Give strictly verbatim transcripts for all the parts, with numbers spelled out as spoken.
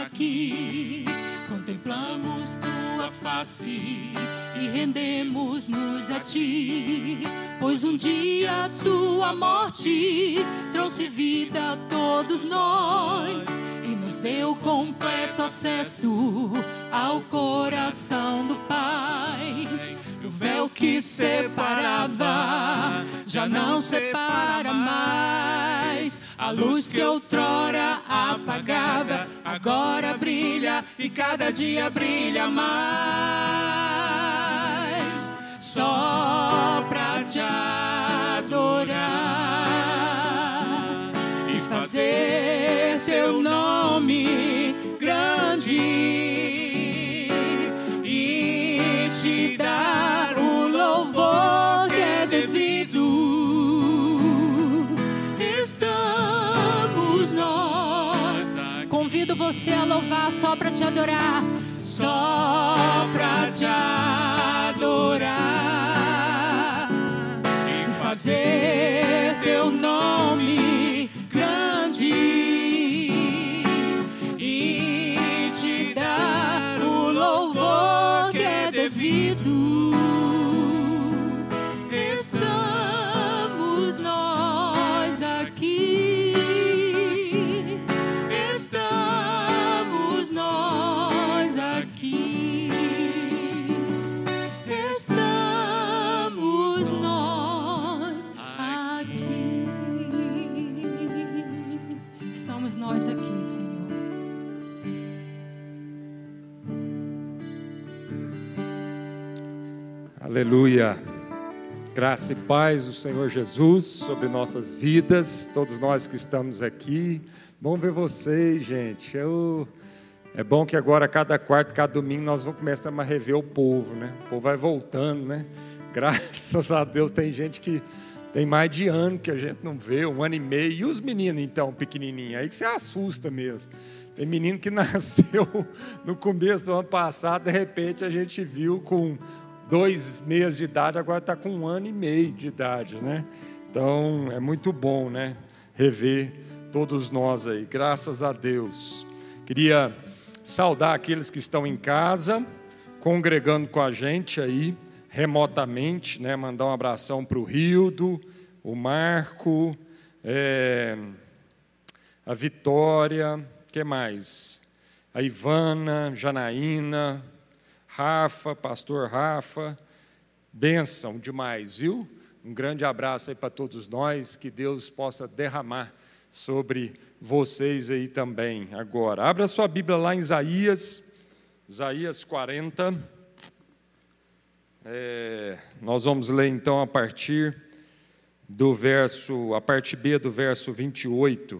aqui, contemplamos tua face e rendemos-nos a ti, pois um dia tua morte trouxe vida a todos nós e nos deu completo acesso ao coração do Pai. O véu que separava já não separa mais. A luz que outrora apagava agora brilha e cada dia brilha mais. Só pra te adorar e fazer teu nome grande e te dar o louvor que é devido. Estamos nós. Convido você a louvar só pra te adorar. Só pra te adorar e fazer teu nome grande e te dar o louvor que é devido. Estamos nós aqui, estamos nós aqui, estamos nós aqui, somos nós aqui, Senhor. Aleluia. Graça e paz do Senhor Jesus sobre nossas vidas, todos nós que estamos aqui. Bom ver vocês, gente. Eu... É bom que agora, cada quarto, cada domingo, nós vamos começar a rever o povo, né? O povo vai voltando, né? Graças a Deus, tem gente que tem mais de ano que a gente não vê, um ano e meio. E os meninos, então, pequenininhos? Aí que você assusta mesmo. Tem menino que nasceu no começo do ano passado, de repente a gente viu com dois meses de idade, agora está com um ano e meio de idade, né? Então, é muito bom, né? Rever todos nós aí, graças a Deus. Queria saudar aqueles que estão em casa, congregando com a gente aí, remotamente, né? Mandar um abração para o Rildo, o Marco, é, a Vitória, que mais? A Ivana, Janaína, Rafa, pastor Rafa, bênção demais, viu? Um grande abraço aí para todos nós, que Deus possa derramar sobre vocês aí também agora. Abra sua Bíblia lá em Isaías, Isaías quarenta. É, nós vamos ler então a partir do verso, a parte B do verso vinte e oito.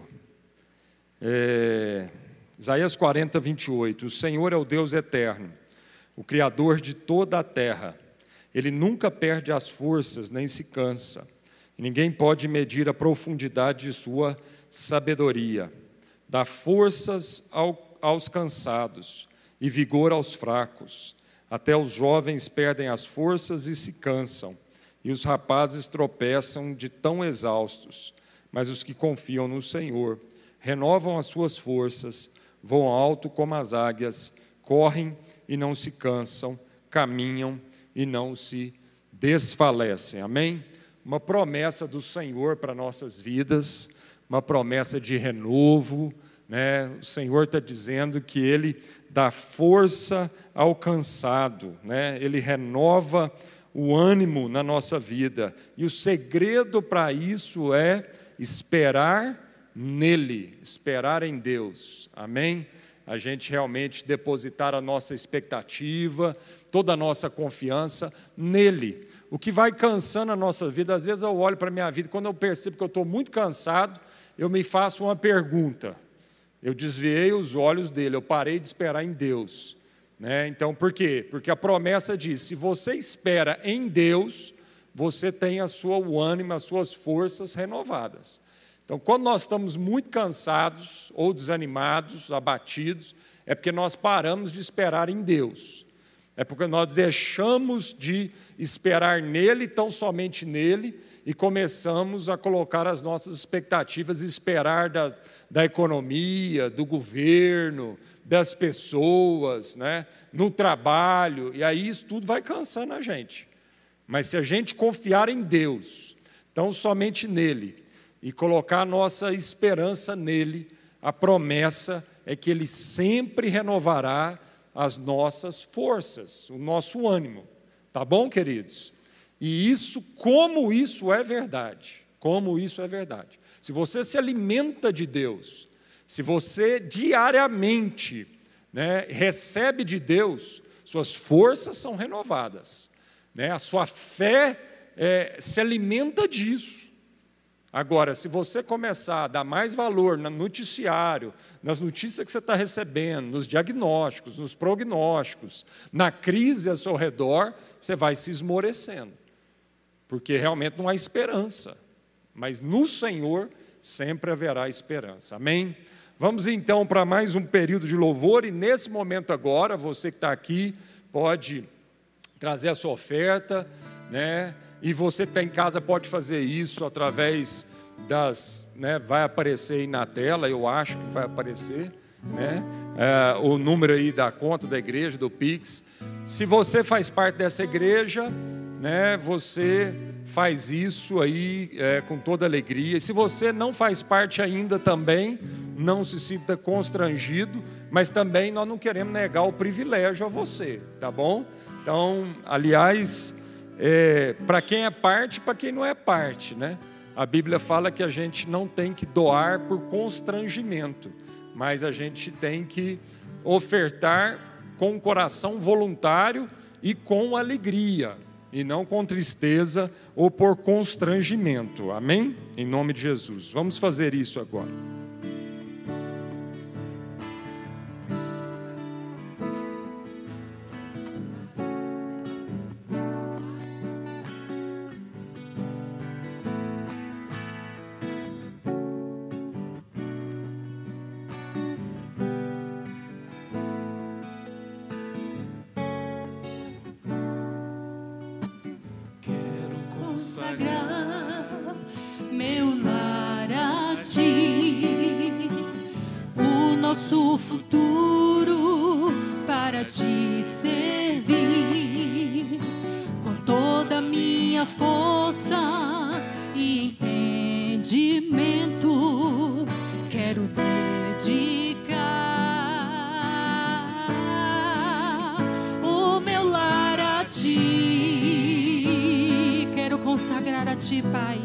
É, Isaías quarenta, vinte e oito. O Senhor é o Deus eterno, o Criador de toda a terra. Ele nunca perde as forças, nem se cansa. Ninguém pode medir a profundidade de sua sabedoria. Dá forças ao, aos cansados e vigor aos fracos. Até os jovens perdem as forças e se cansam, e os rapazes tropeçam de tão exaustos. Mas os que confiam no Senhor renovam as suas forças, voam alto como as águias, correm e não se cansam, caminham e não se desfalecem. Amém? Uma promessa do Senhor para nossas vidas, uma promessa de renovo, né? O Senhor está dizendo que Ele dá força ao cansado, né? Ele renova o ânimo na nossa vida, e o segredo para isso é esperar nele, esperar em Deus. Amém? A gente realmente depositar a nossa expectativa, toda a nossa confiança nele. O que vai cansando a nossa vida, às vezes eu olho para a minha vida, quando eu percebo que eu estou muito cansado, eu me faço uma pergunta. Eu desviei os olhos dele, eu parei de esperar em Deus. Né? Então, por quê? Porque a promessa diz, se você espera em Deus, você tem a sua, o ânimo, as suas forças renovadas. Então, quando nós estamos muito cansados, ou desanimados, abatidos, é porque nós paramos de esperar em Deus. É porque nós deixamos de esperar nele, tão somente nele, e começamos a colocar as nossas expectativas e esperar da, da economia, do governo, das pessoas, né, no trabalho, e aí isso tudo vai cansando a gente. Mas se a gente confiar em Deus, então somente nele, e colocar a nossa esperança nele, a promessa é que ele sempre renovará as nossas forças, o nosso ânimo. Tá bom, queridos? E isso, como isso é verdade, como isso é verdade. Se você se alimenta de Deus, se você diariamente, né, recebe de Deus, suas forças são renovadas, né? A sua fé é, se alimenta disso. Agora, se você começar a dar mais valor no noticiário, nas notícias que você está recebendo, nos diagnósticos, nos prognósticos, na crise ao seu redor, você vai se esmorecendo, porque realmente não há esperança. Mas no Senhor sempre haverá esperança. Amém? Vamos então para mais um período de louvor, e nesse momento agora, você que está aqui, pode trazer a sua oferta, né? E você que está em casa pode fazer isso através das, né, vai aparecer aí na tela, eu acho que vai aparecer, né, é, o número aí da conta da igreja, do Pix. Se você faz parte dessa igreja, né, você faz isso aí é, com toda alegria. E se você não faz parte ainda também, não se sinta constrangido, mas também nós não queremos negar o privilégio a você, tá bom? Então, aliás, É, para quem é parte, para quem não é parte, né? A Bíblia fala que a gente não tem que doar por constrangimento, mas a gente tem que ofertar com um coração voluntário e com alegria, e não com tristeza ou por constrangimento. Amém? Em nome de Jesus. Vamos fazer isso agora. Meu lar a ti, o nosso futuro para te servir, com toda a minha força e entendimento, quero dedicar o meu lar a ti, quero consagrar a ti, Pai.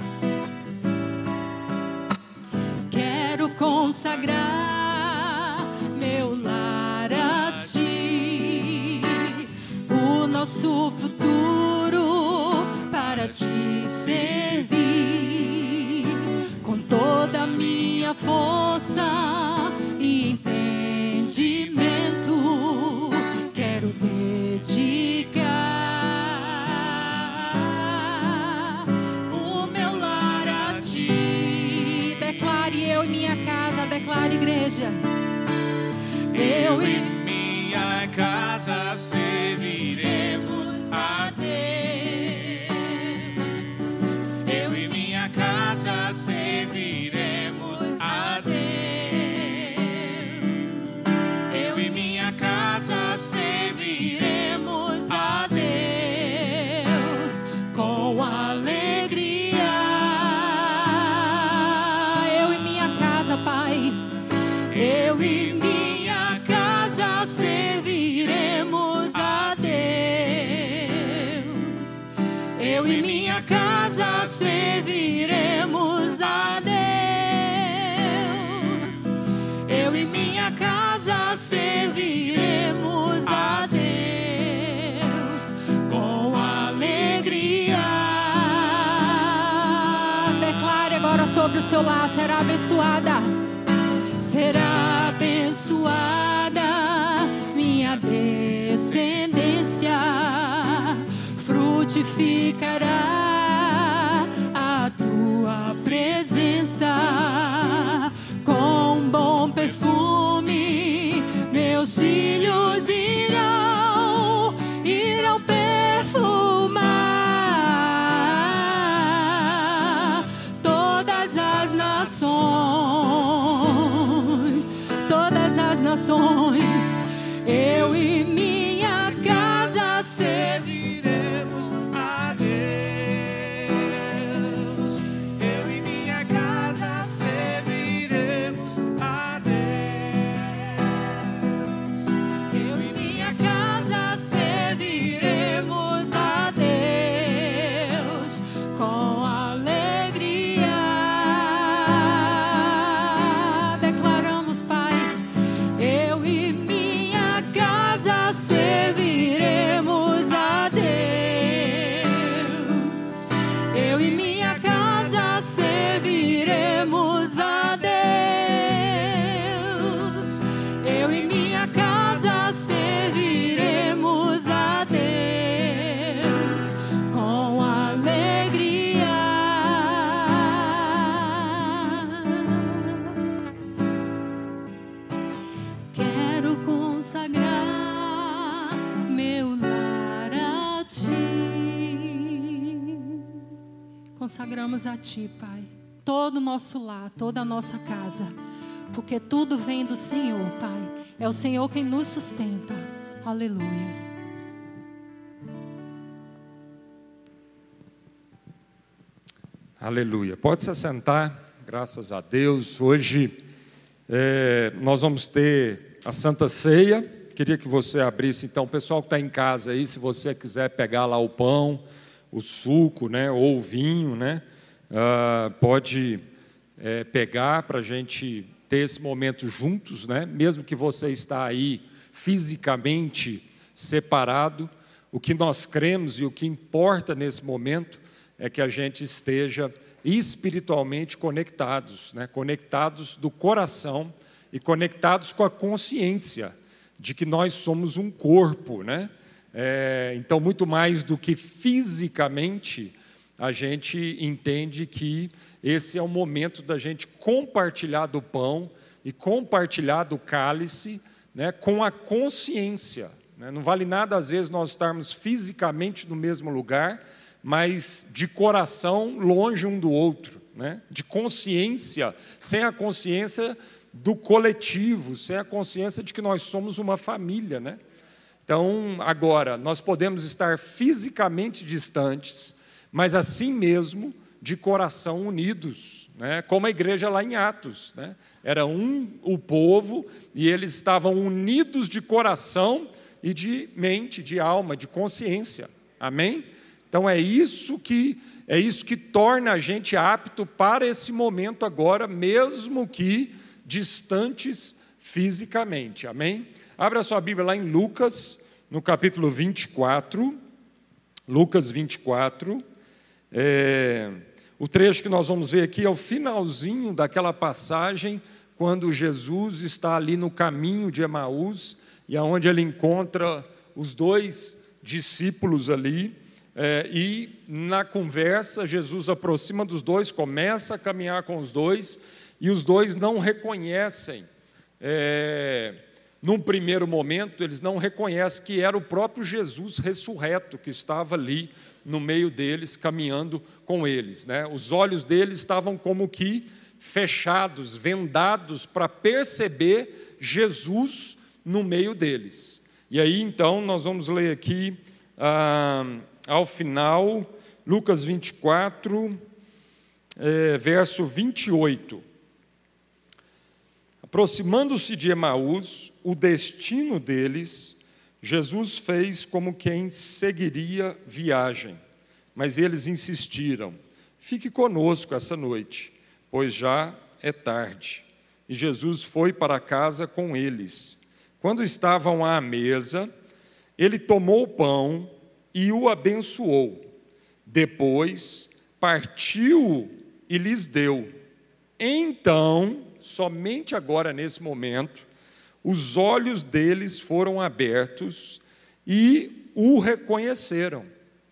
Quero consagrar meu lar a ti, o nosso futuro para te servir, com toda a minha força e entendimento, quero dedicar o meu lar a ti. Declare: eu e minha casa, declare, igreja. Eu e minha casa serviremos a Deus. Eu e minha casa serviremos a Deus. Eu e minha casa serviremos a Deus com alegria. Eu e minha casa, Pai. Eu e minha casa serviremos a Deus. Eu e minha casa serviremos a Deus. Eu e minha casa serviremos a Deus com alegria. Declare agora sobre o seu lar: será abençoada. Será abençoada minha descendência, frutificará a tua presença, com bom perfume meus filhos irão, irão perfumar consagramos a Ti, Pai, todo o nosso lar, toda a nossa casa, porque tudo vem do Senhor, Pai. É o Senhor quem nos sustenta. Aleluias. Aleluia. Pode se assentar, graças a Deus. Hoje é, nós vamos ter a Santa Ceia. Queria que você abrisse, então, o pessoal que está em casa aí, se você quiser pegar lá o pão, o suco, né, ou o vinho, né, uh, pode é, pegar para a gente ter esse momento juntos, né, mesmo que você está aí fisicamente separado. O que nós cremos e o que importa nesse momento é que a gente esteja espiritualmente conectados, né? Conectados do coração e conectados com a consciência de que nós somos um corpo, né? É, então, muito mais do que fisicamente, a gente entende que esse é o momento da gente compartilhar do pão e compartilhar do cálice, né, com a consciência, né? Não vale nada, às vezes, nós estarmos fisicamente no mesmo lugar, mas de coração longe um do outro, né? De consciência, sem a consciência do coletivo, sem a consciência de que nós somos uma família, né? Então, agora, nós podemos estar fisicamente distantes, mas assim mesmo de coração unidos, né? Como a igreja lá em Atos, né? Era um o povo e eles estavam unidos de coração e de mente, de alma, de consciência. Amém? Então é isso que é isso que torna a gente apto para esse momento agora, mesmo que distantes fisicamente. Amém? Abra a sua Bíblia lá em Lucas, no capítulo vinte e quatro. Lucas vinte e quatro. É, o trecho que nós vamos ver aqui é o finalzinho daquela passagem quando Jesus está ali no caminho de Emaús e aonde ele encontra os dois discípulos ali. É, e na conversa, Jesus aproxima dos dois, começa a caminhar com os dois, e os dois não reconhecem, é, num primeiro momento, eles não reconhecem que era o próprio Jesus ressurreto que estava ali no meio deles, caminhando com eles, né? Os olhos deles estavam como que fechados, vendados, para perceber Jesus no meio deles. E aí, então, nós vamos ler aqui... Ah, ao final, Lucas vinte e quatro, é, verso vinte e oito. Aproximando-se de Emaús, o destino deles, Jesus fez como quem seguiria viagem, mas eles insistiram: fique conosco essa noite, pois já é tarde. E Jesus foi para casa com eles. Quando estavam à mesa, ele tomou o pão e o abençoou. Depois, partiu e lhes deu. Então, somente agora, nesse momento, os olhos deles foram abertos e o reconheceram.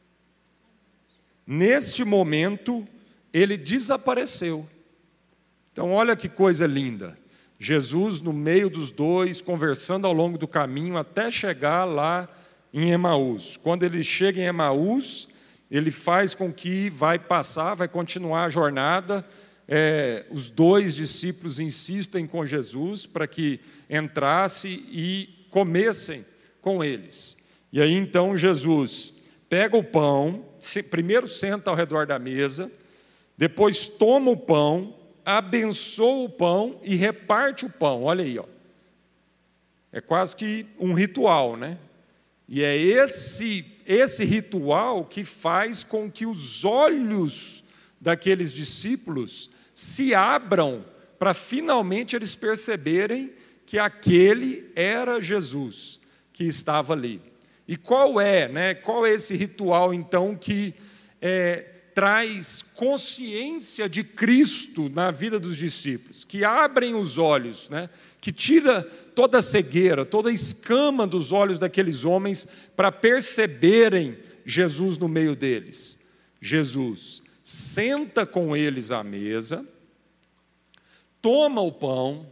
Neste momento, ele desapareceu. Então, olha que coisa linda. Jesus, no meio dos dois, conversando ao longo do caminho, até chegar lá em Emaús. Quando ele chega em Emaús, ele faz com que vai passar, vai continuar a jornada. É, os dois discípulos insistem com Jesus para que entrasse e comessem com eles. E aí então Jesus pega o pão, primeiro senta ao redor da mesa, depois toma o pão, abençoa o pão e reparte o pão. Olha aí, ó. É quase que um ritual, né? E é esse, esse ritual que faz com que os olhos daqueles discípulos se abram para finalmente eles perceberem que aquele era Jesus que estava ali. E qual é, né, qual é esse ritual, então, que é, traz consciência de Cristo na vida dos discípulos, que abrem os olhos, né, que tira toda a cegueira, toda a escama dos olhos daqueles homens para perceberem Jesus no meio deles. Jesus senta com eles à mesa, toma o pão,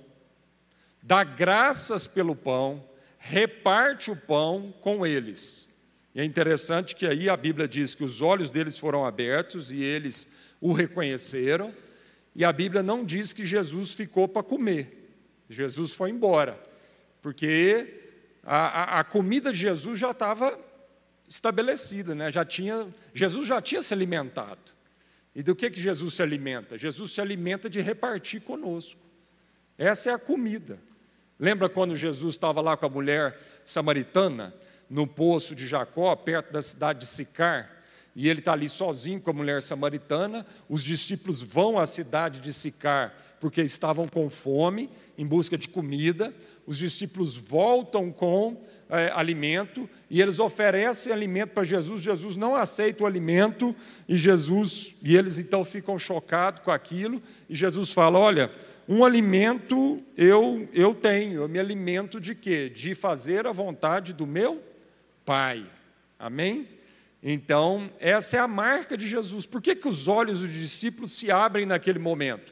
dá graças pelo pão, reparte o pão com eles. E é interessante que aí a Bíblia diz que os olhos deles foram abertos e eles o reconheceram, e a Bíblia não diz que Jesus ficou para comer. Jesus foi embora, porque a, a, a comida de Jesus já estava estabelecida, né? já tinha, Jesus já tinha se alimentado. E do que, que Jesus se alimenta? Jesus se alimenta de repartir conosco. Essa é a comida. Lembra quando Jesus estava lá com a mulher samaritana, no poço de Jacó, perto da cidade de Sicar, e ele está ali sozinho com a mulher samaritana, os discípulos vão à cidade de Sicar, porque estavam com fome, em busca de comida, os discípulos voltam com é, alimento, e eles oferecem alimento para Jesus, Jesus não aceita o alimento, e Jesus, e eles então ficam chocados com aquilo, e Jesus fala, olha, um alimento eu, eu tenho, eu me alimento de quê? De fazer a vontade do meu Pai, amém? Então, essa é a marca de Jesus. Por que, que os olhos dos discípulos se abrem naquele momento?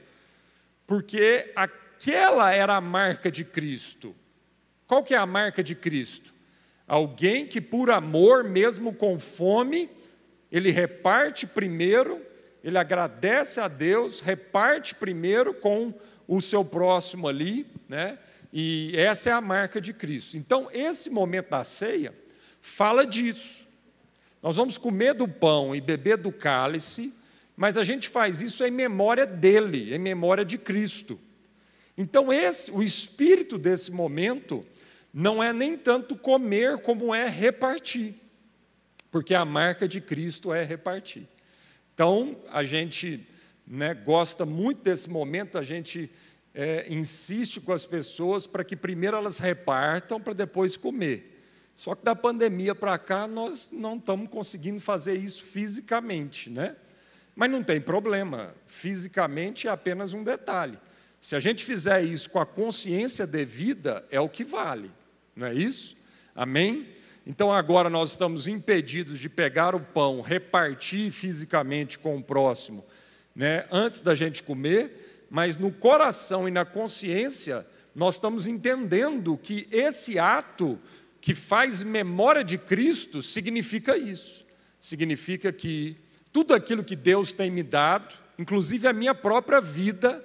Porque aquela era a marca de Cristo. Qual que é a marca de Cristo? Alguém que por amor, mesmo com fome, ele reparte primeiro, ele agradece a Deus, reparte primeiro com o seu próximo ali, né? E essa é a marca de Cristo. Então, esse momento da ceia fala disso. Nós vamos comer do pão e beber do cálice, mas a gente faz isso em memória dele, em memória de Cristo. Então, esse, o espírito desse momento não é nem tanto comer como é repartir, porque a marca de Cristo é repartir. Então, a gente, né, gosta muito desse momento, a gente é, insiste com as pessoas para que primeiro elas repartam para depois comer. Só que da pandemia para cá, nós não estamos conseguindo fazer isso fisicamente, né? Mas não tem problema, fisicamente é apenas um detalhe. Se a gente fizer isso com a consciência devida, é o que vale, não é isso? Amém? Então agora nós estamos impedidos de pegar o pão, repartir fisicamente com o próximo, né, antes da gente comer, mas no coração e na consciência, nós estamos entendendo que esse ato que faz memória de Cristo, significa isso. Significa que tudo aquilo que Deus tem me dado, inclusive a minha própria vida,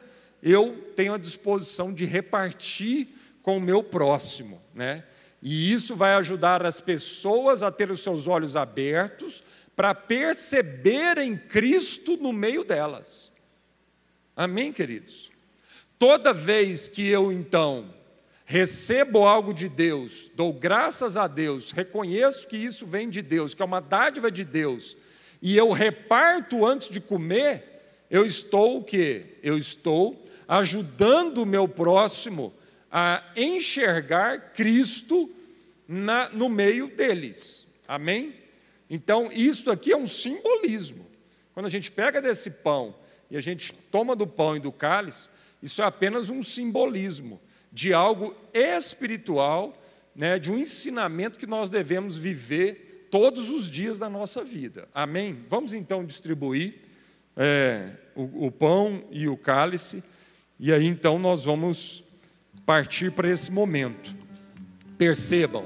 eu tenho a disposição de repartir com o meu próximo, né? E isso vai ajudar as pessoas a ter os seus olhos abertos para perceberem Cristo no meio delas. Amém, queridos? Toda vez que eu, então, recebo algo de Deus, dou graças a Deus, reconheço que isso vem de Deus, que é uma dádiva de Deus, e eu reparto antes de comer, eu estou o quê? Eu estou ajudando o meu próximo a enxergar Cristo na, no meio deles. Amém? Então, isso aqui é um simbolismo. Quando a gente pega desse pão e a gente toma do pão e do cálice, isso é apenas um simbolismo de algo espiritual, né, de um ensinamento que nós devemos viver todos os dias da nossa vida. Amém? Vamos então distribuir é, o, o pão e o cálice, e aí então nós vamos partir para esse momento. Percebam,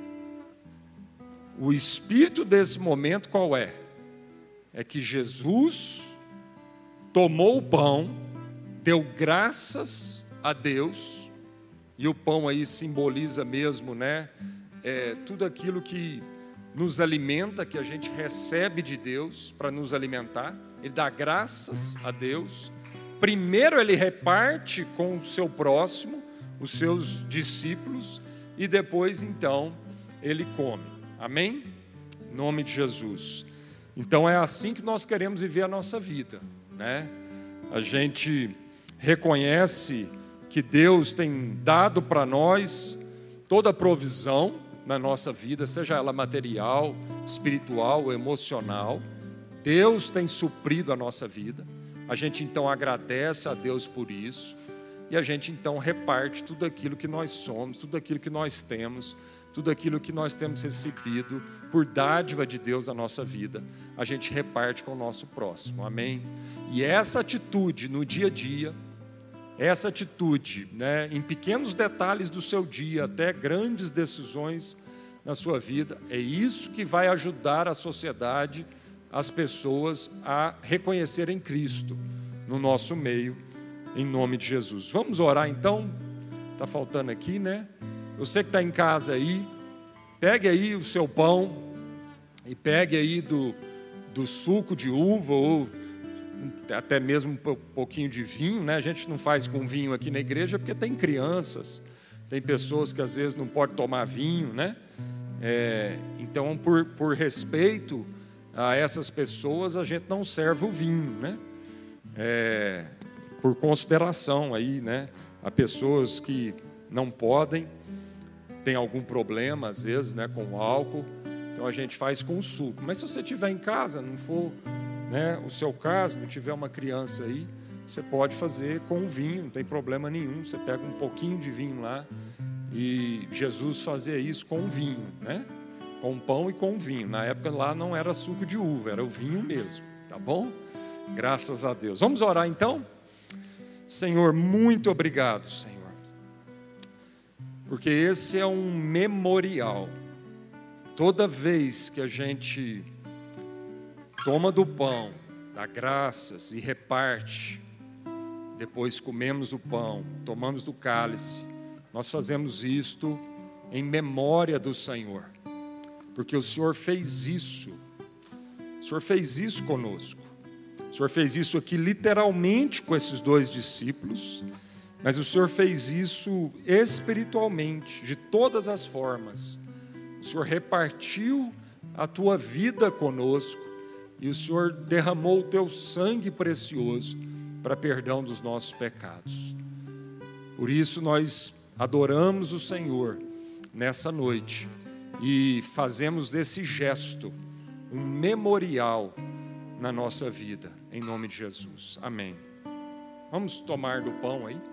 o espírito desse momento qual é? É que Jesus tomou o pão, deu graças a Deus, e o pão aí simboliza mesmo, né, é, tudo aquilo que nos alimenta, que a gente recebe de Deus para nos alimentar. Ele dá graças a Deus. Primeiro ele reparte com o seu próximo, os seus discípulos, e depois então ele come. Amém? Em nome de Jesus. Então é assim que nós queremos viver a nossa vida, né? A gente reconhece que Deus tem dado para nós toda a provisão na nossa vida, seja ela material, espiritual, emocional. Deus tem suprido a nossa vida. A gente então agradece a Deus por isso, e a gente então reparte tudo aquilo que nós somos, tudo aquilo que nós temos, tudo aquilo que nós temos recebido por dádiva de Deus na nossa vida, a gente reparte com o nosso próximo. Amém? E essa atitude no dia a dia, essa atitude, né, em pequenos detalhes do seu dia, até grandes decisões na sua vida. É isso que vai ajudar a sociedade, as pessoas a reconhecerem Cristo no nosso meio, em nome de Jesus. Vamos orar então? Está faltando aqui, né? Você que está em casa aí, pegue aí o seu pão e pegue aí do, do suco de uva ou até mesmo um pouquinho de vinho, né? A gente não faz com vinho aqui na igreja porque tem crianças, tem pessoas que às vezes não podem tomar vinho, né? É, então, por, por respeito a essas pessoas, a gente não serve o vinho, né? É, por consideração aí, né? A pessoas que não podem, tem algum problema às vezes, né? Com o álcool, então a gente faz com o suco. Mas se você estiver em casa, não for, né, o seu caso, não tiver uma criança aí, você pode fazer com o vinho, não tem problema nenhum. Você pega um pouquinho de vinho lá, e Jesus fazia isso com o vinho, né? Com pão e com vinho. Na época lá não era suco de uva, era o vinho mesmo, tá bom? Graças a Deus. Vamos orar então? Senhor, muito obrigado, Senhor, porque esse é um memorial. Toda vez que a gente toma do pão, dá graças e reparte, depois comemos o pão, tomamos do cálice, nós fazemos isto em memória do Senhor, porque o Senhor fez isso, o Senhor fez isso conosco, o Senhor fez isso aqui literalmente com esses dois discípulos, mas o Senhor fez isso espiritualmente, de todas as formas. O Senhor repartiu a tua vida conosco, e o Senhor derramou o teu sangue precioso para perdão dos nossos pecados. Por isso nós adoramos o Senhor nessa noite e fazemos desse gesto um memorial na nossa vida, em nome de Jesus. Amém. Vamos tomar do pão aí.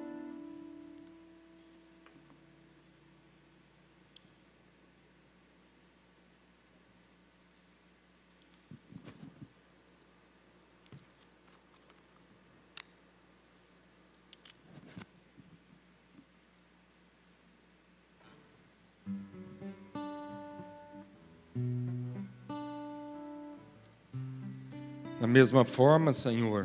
Da mesma forma, Senhor,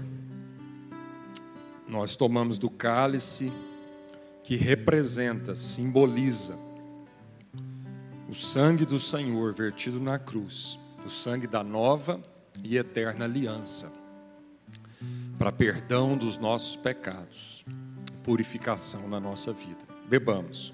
nós tomamos do cálice que representa, simboliza o sangue do Senhor vertido na cruz, o sangue da nova e eterna aliança, para perdão dos nossos pecados, purificação na nossa vida. Bebamos.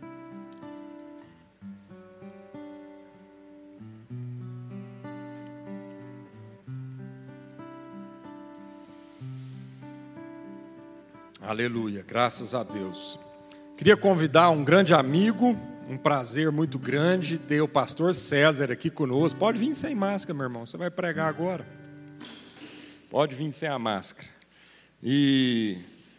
Aleluia, graças a Deus. Queria convidar um grande amigo, um prazer muito grande ter o pastor César aqui conosco. Pode vir sem máscara, meu irmão, você vai pregar agora. Pode vir sem a máscara. E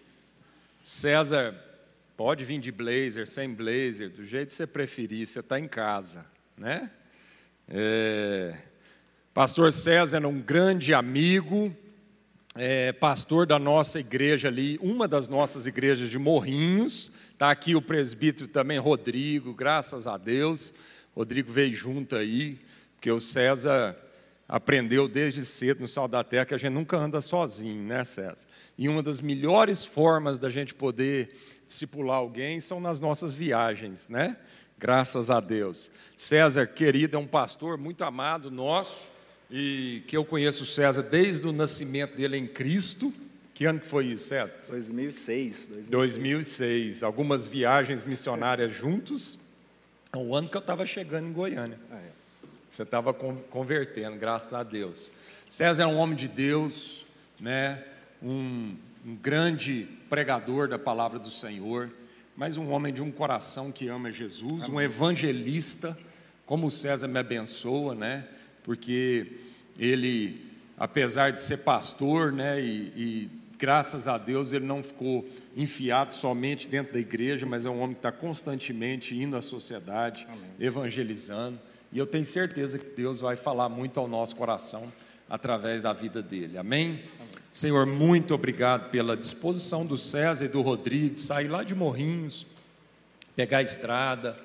César, pode vir de blazer, sem blazer, do jeito que você preferir, você está em casa, né? É... Pastor César é um grande amigo, É, pastor da nossa igreja ali, uma das nossas igrejas de Morrinhos. Está aqui o presbítero também, Rodrigo, graças a Deus. Rodrigo veio junto aí, porque o César aprendeu desde cedo no Sal da Terra que a gente nunca anda sozinho, né, César? E uma das melhores formas da gente poder discipular alguém são nas nossas viagens, né? Graças a Deus. César, querido, é um pastor muito amado nosso, e que eu conheço o César desde o nascimento dele em Cristo. Que ano que foi isso, César? dois mil e seis. dois mil e seis. Algumas viagens missionárias juntos. É um ano que eu estava chegando em Goiânia. Ah, é. Você estava convertendo, graças a Deus. César é um homem de Deus, né? um, um grande pregador da palavra do Senhor, mas um homem de um coração que ama Jesus, Amém. Um evangelista, como o César me abençoa, né? Porque ele, apesar de ser pastor, né, e, e graças a Deus ele não ficou enfiado somente dentro da igreja, mas é um homem que está constantemente indo à sociedade, Amém. Evangelizando, e eu tenho certeza que Deus vai falar muito ao nosso coração através da vida dele, amém? Amém. Senhor, muito obrigado pela disposição do César e do Rodrigo, de sair lá de Morrinhos, pegar a estrada,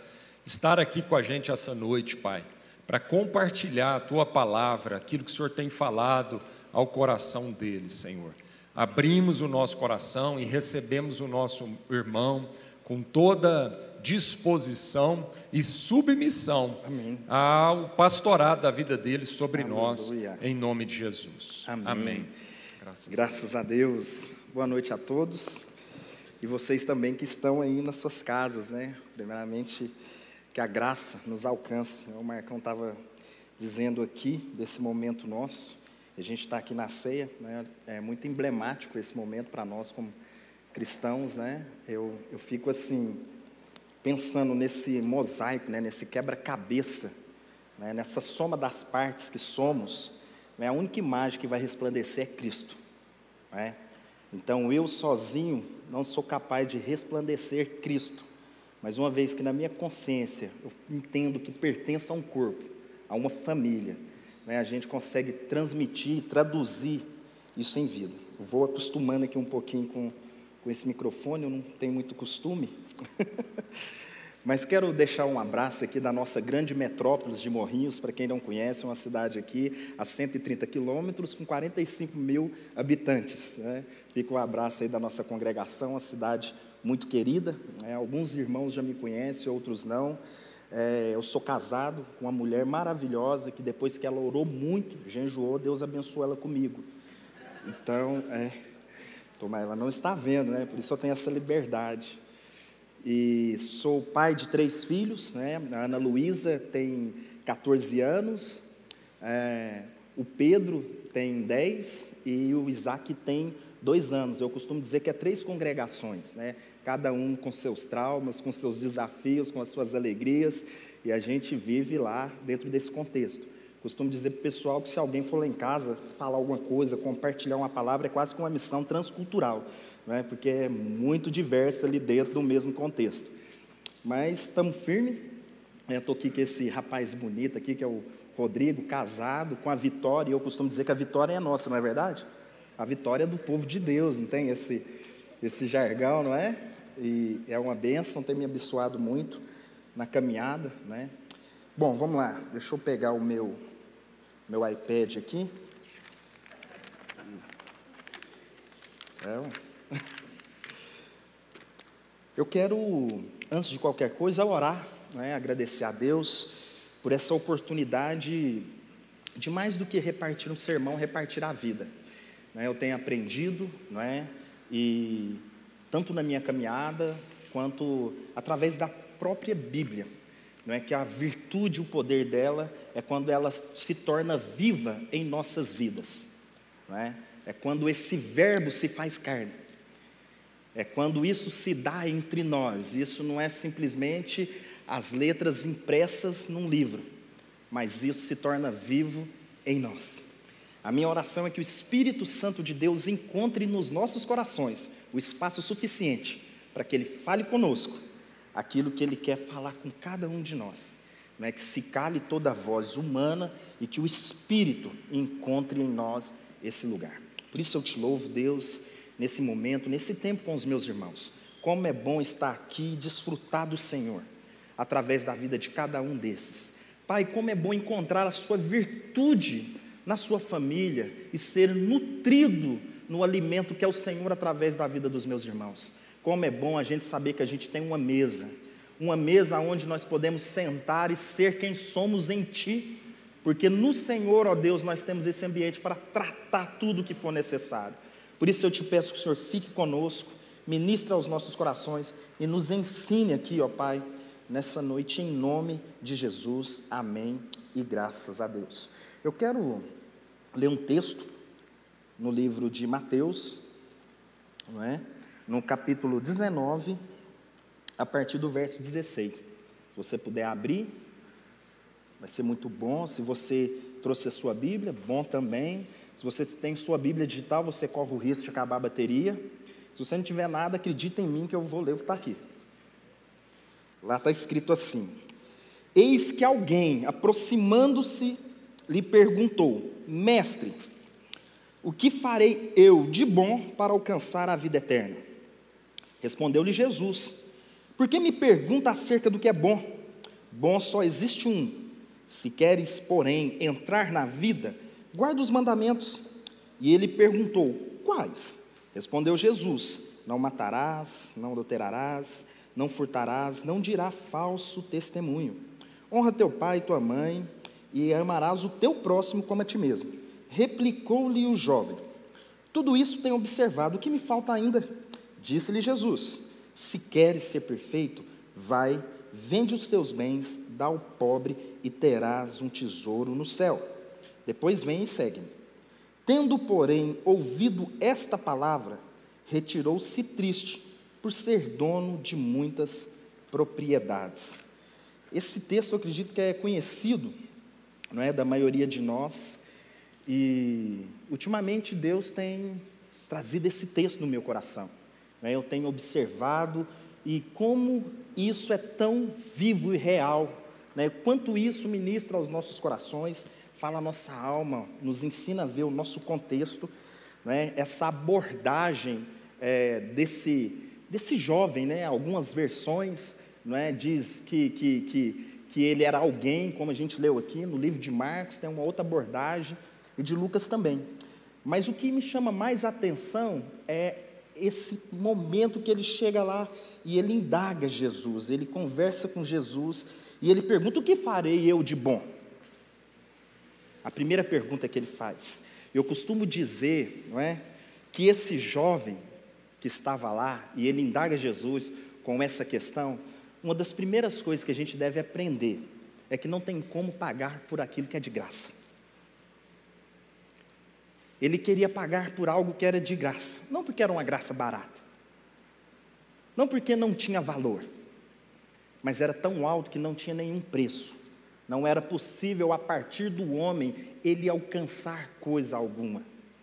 estar aqui com a gente essa noite, Pai, para compartilhar a Tua palavra, aquilo que o Senhor tem falado ao coração deles, Senhor. Abrimos o nosso coração e recebemos o nosso irmão com toda disposição e submissão Amém. Ao pastorado da vida deles sobre Aleluia. Nós, em nome de Jesus. Amém. Amém. Graças, Graças a Deus. Boa noite a todos. E vocês também que estão aí nas suas casas, né? Primeiramente, que a graça nos alcance. O Marcão estava dizendo aqui, desse momento nosso, a gente está aqui na ceia, né? É muito emblemático esse momento para nós como cristãos, né? Eu, eu fico assim, pensando nesse mosaico, né? Nesse quebra-cabeça, né? Nessa soma das partes que somos, né? A única imagem que vai resplandecer é Cristo, né? Então, eu sozinho não sou capaz de resplandecer Cristo, mas uma vez que na minha consciência eu entendo que pertenço a um corpo, a uma família, né, a gente consegue transmitir, traduzir isso em vida. Eu vou acostumando aqui um pouquinho com, com esse microfone, eu não tenho muito costume, mas quero deixar um abraço aqui da nossa grande metrópole de Morrinhos. Para quem não conhece, é uma cidade aqui a cento e trinta quilômetros, com quarenta e cinco mil habitantes, né? Fica um abraço aí da nossa congregação, uma cidade muito querida, né? Alguns irmãos já me conhecem, outros não. É, eu sou casado com uma mulher maravilhosa, que depois que ela orou muito, jejuou, Deus abençoou ela comigo. Então, é, mas ela não está vendo, né? Por isso eu tenho essa liberdade. E sou pai de três filhos, né? A Ana Luísa tem quatorze anos, é, o Pedro tem dez e o Isaac tem dois anos. Eu costumo dizer que é três congregações, né? Cada um com seus traumas, com seus desafios, com as suas alegrias, e a gente vive lá dentro desse contexto. Costumo dizer para o pessoal que se alguém for lá em casa falar alguma coisa, compartilhar uma palavra, é quase que uma missão transcultural, né? Porque é muito diversa ali dentro do mesmo contexto. Mas estamos firmes. Estou aqui com esse rapaz bonito aqui, que é o Rodrigo, casado com a Vitória, e eu costumo dizer que a vitória é nossa, não é verdade? A vitória é do povo de Deus, não tem esse, esse jargão, não é? E é uma bênção, tem me abençoado muito na caminhada, né? Bom, vamos lá, deixa eu pegar o meu, meu iPad aqui. É. Eu quero, antes de qualquer coisa, orar, né? Agradecer a Deus por essa oportunidade de mais do que repartir um sermão, repartir a vida. Eu tenho aprendido, não é? E tanto na minha caminhada, quanto através da própria Bíblia, não é? Que a virtude, o poder dela, é quando ela se torna viva em nossas vidas, não é? É quando esse verbo se faz carne, é quando isso se dá entre nós. Isso não é simplesmente as letras impressas num livro, mas isso se torna vivo em nós. A minha oração é que o Espírito Santo de Deus encontre nos nossos corações o espaço suficiente para que Ele fale conosco aquilo que Ele quer falar com cada um de nós, né? Que se cale toda a voz humana e que o Espírito encontre em nós esse lugar. Por isso eu te louvo, Deus, nesse momento, nesse tempo com os meus irmãos. Como é bom estar aqui e desfrutar do Senhor, através da vida de cada um desses. Pai, como é bom encontrar a sua virtude na sua família e ser nutrido no alimento que é o Senhor através da vida dos meus irmãos. Como é bom a gente saber que a gente tem uma mesa, uma mesa onde nós podemos sentar e ser quem somos em Ti, porque no Senhor, ó Deus, nós temos esse ambiente para tratar tudo o que for necessário. Por isso eu te peço que o Senhor fique conosco, ministre aos nossos corações e nos ensine aqui, ó Pai, nessa noite, em nome de Jesus. Amém e graças a Deus. Eu quero ler um texto no livro de Mateus, não é? No capítulo dezenove, a partir do verso dezesseis. Se você puder abrir, vai ser muito bom. Se você trouxe a sua Bíblia, bom também. Se você tem sua Bíblia digital, você corre o risco de acabar a bateria. Se você não tiver nada, acredita em mim que eu vou ler o que está aqui. Lá está escrito assim: eis que alguém, aproximando-se, lhe perguntou: mestre, o que farei eu de bom para alcançar a vida eterna? Respondeu-lhe Jesus: por que me pergunta acerca do que é bom? Bom só existe um. Se queres, porém, entrar na vida, guarda os mandamentos. E ele perguntou: quais? Respondeu Jesus: não matarás, não adulterarás, não furtarás, não dirá falso testemunho. Honra teu pai e tua mãe, e amarás o teu próximo como a ti mesmo. Replicou-lhe o jovem: tudo isso tenho observado, o que me falta ainda? Disse-lhe Jesus: se queres ser perfeito, vai, vende os teus bens, dá ao pobre, e terás um tesouro no céu. Depois vem e segue-me. Tendo, porém, ouvido esta palavra, retirou-se triste, por ser dono de muitas propriedades. Esse texto eu acredito que é conhecido, não é, da maioria de nós, e ultimamente Deus tem trazido esse texto no meu coração. Não é? Eu tenho observado e como isso é tão vivo e real, né? Quanto isso ministra aos nossos corações, fala a nossa alma, nos ensina a ver o nosso contexto, né? Essa abordagem é, desse, desse jovem, né? Algumas versões, não é? Diz que, que, que, que ele era alguém, como a gente leu aqui no livro de Marcos, tem uma outra abordagem, e de Lucas também. Mas o que me chama mais atenção é esse momento que ele chega lá e ele indaga Jesus, ele conversa com Jesus, e ele pergunta: o que farei eu de bom? A primeira pergunta que ele faz. Eu costumo dizer, não é, que esse jovem que estava lá, e ele indaga Jesus com essa questão, uma das primeiras coisas que a gente deve aprender é que não tem como pagar por aquilo que é de graça. Ele queria pagar por algo que era de graça, não porque era uma graça barata, não porque não tinha valor, mas era tão alto que não tinha nenhum preço. Não era possível, a partir do homem, ele alcançar coisa alguma.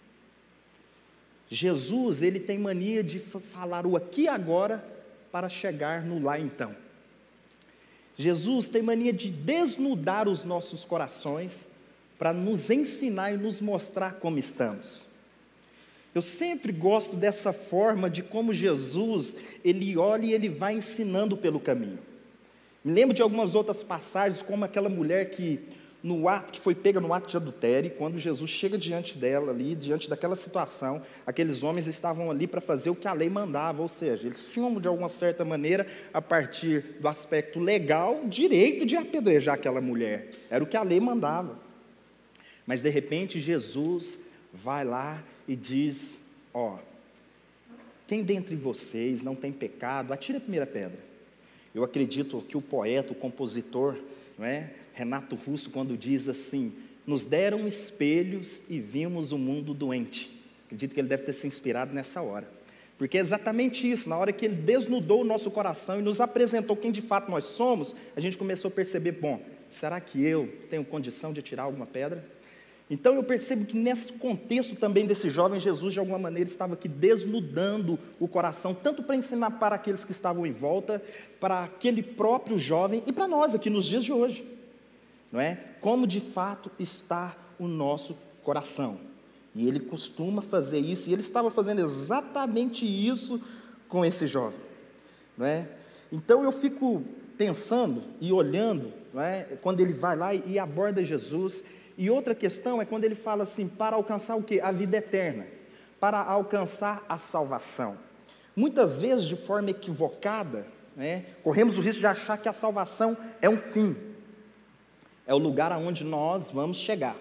Jesus, ele tem mania de falar o aqui e agora para chegar no lá então. Jesus tem mania de desnudar os nossos corações para nos ensinar e nos mostrar como estamos. Eu sempre gosto dessa forma de como Jesus, ele olha e ele vai ensinando pelo caminho. Me lembro de algumas outras passagens, como aquela mulher que, no ato, que foi pega no ato de adultério, quando Jesus chega diante dela ali, diante daquela situação, aqueles homens estavam ali para fazer o que a lei mandava, ou seja, eles tinham, de alguma certa maneira, a partir do aspecto legal, direito de apedrejar aquela mulher. Era o que a lei mandava. Mas, de repente, Jesus vai lá e diz: ó, quem dentre vocês não tem pecado, atire a primeira pedra. Eu acredito que o poeta, o compositor, não é? Renato Russo, quando diz assim: nos deram espelhos e vimos o mundo doente. Acredito que ele deve ter se inspirado nessa hora. Porque é exatamente isso, na hora que ele desnudou o nosso coração e nos apresentou quem de fato nós somos, a gente começou a perceber: bom, será que eu tenho condição de tirar alguma pedra? Então eu percebo que nesse contexto também desse jovem, Jesus de alguma maneira estava aqui desnudando o coração, tanto para ensinar para aqueles que estavam em volta, para aquele próprio jovem e para nós aqui nos dias de hoje, não é? Como de fato está o nosso coração. E ele costuma fazer isso, e ele estava fazendo exatamente isso com esse jovem, não é? Então eu fico pensando e olhando, não é? Quando ele vai lá e aborda Jesus. E outra questão é quando ele fala assim: para alcançar o quê? A vida eterna, para alcançar a salvação. Muitas vezes, de forma equivocada, né, corremos o risco de achar que a salvação é um fim, é o lugar aonde nós vamos chegar.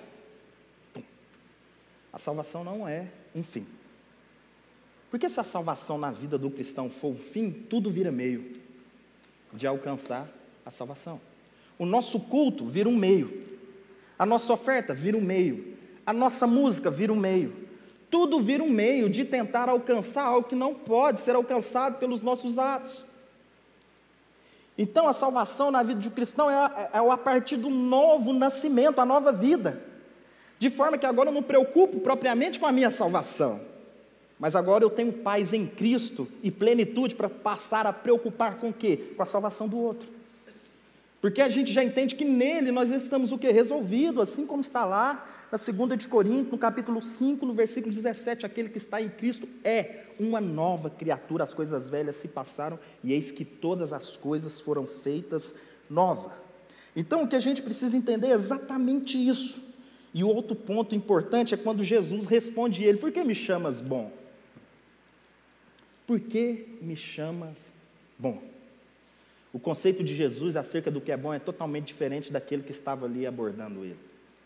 A salvação não é um fim. Porque se a salvação na vida do cristão for um fim, tudo vira meio de alcançar a salvação. O nosso culto vira um meio. A nossa oferta vira um meio, a nossa música vira um meio, tudo vira um meio de tentar alcançar algo que não pode ser alcançado pelos nossos atos. Então a salvação na vida de um cristão é a, é a partir do novo nascimento, a nova vida, de forma que agora eu não me preocupo propriamente com a minha salvação, mas agora eu tenho paz em Cristo e plenitude para passar a preocupar com o quê? Com a salvação do outro. Porque a gente já entende que nele nós estamos o quê? Resolvido, assim como está lá na segunda de Coríntios, no capítulo cinco, no versículo dezessete, aquele que está em Cristo é uma nova criatura, as coisas velhas se passaram, e eis que todas as coisas foram feitas novas. Então, o que a gente precisa entender é exatamente isso. E o outro ponto importante é quando Jesus responde ele: por que me chamas bom? Por que me chamas bom? O conceito de Jesus acerca do que é bom é totalmente diferente daquele que estava ali abordando ele.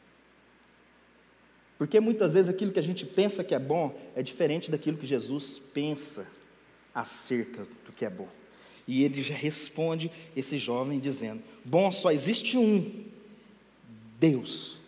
Porque muitas vezes aquilo que a gente pensa que é bom é diferente daquilo que Jesus pensa acerca do que é bom. E ele já responde esse jovem dizendo: bom só existe um, Deus.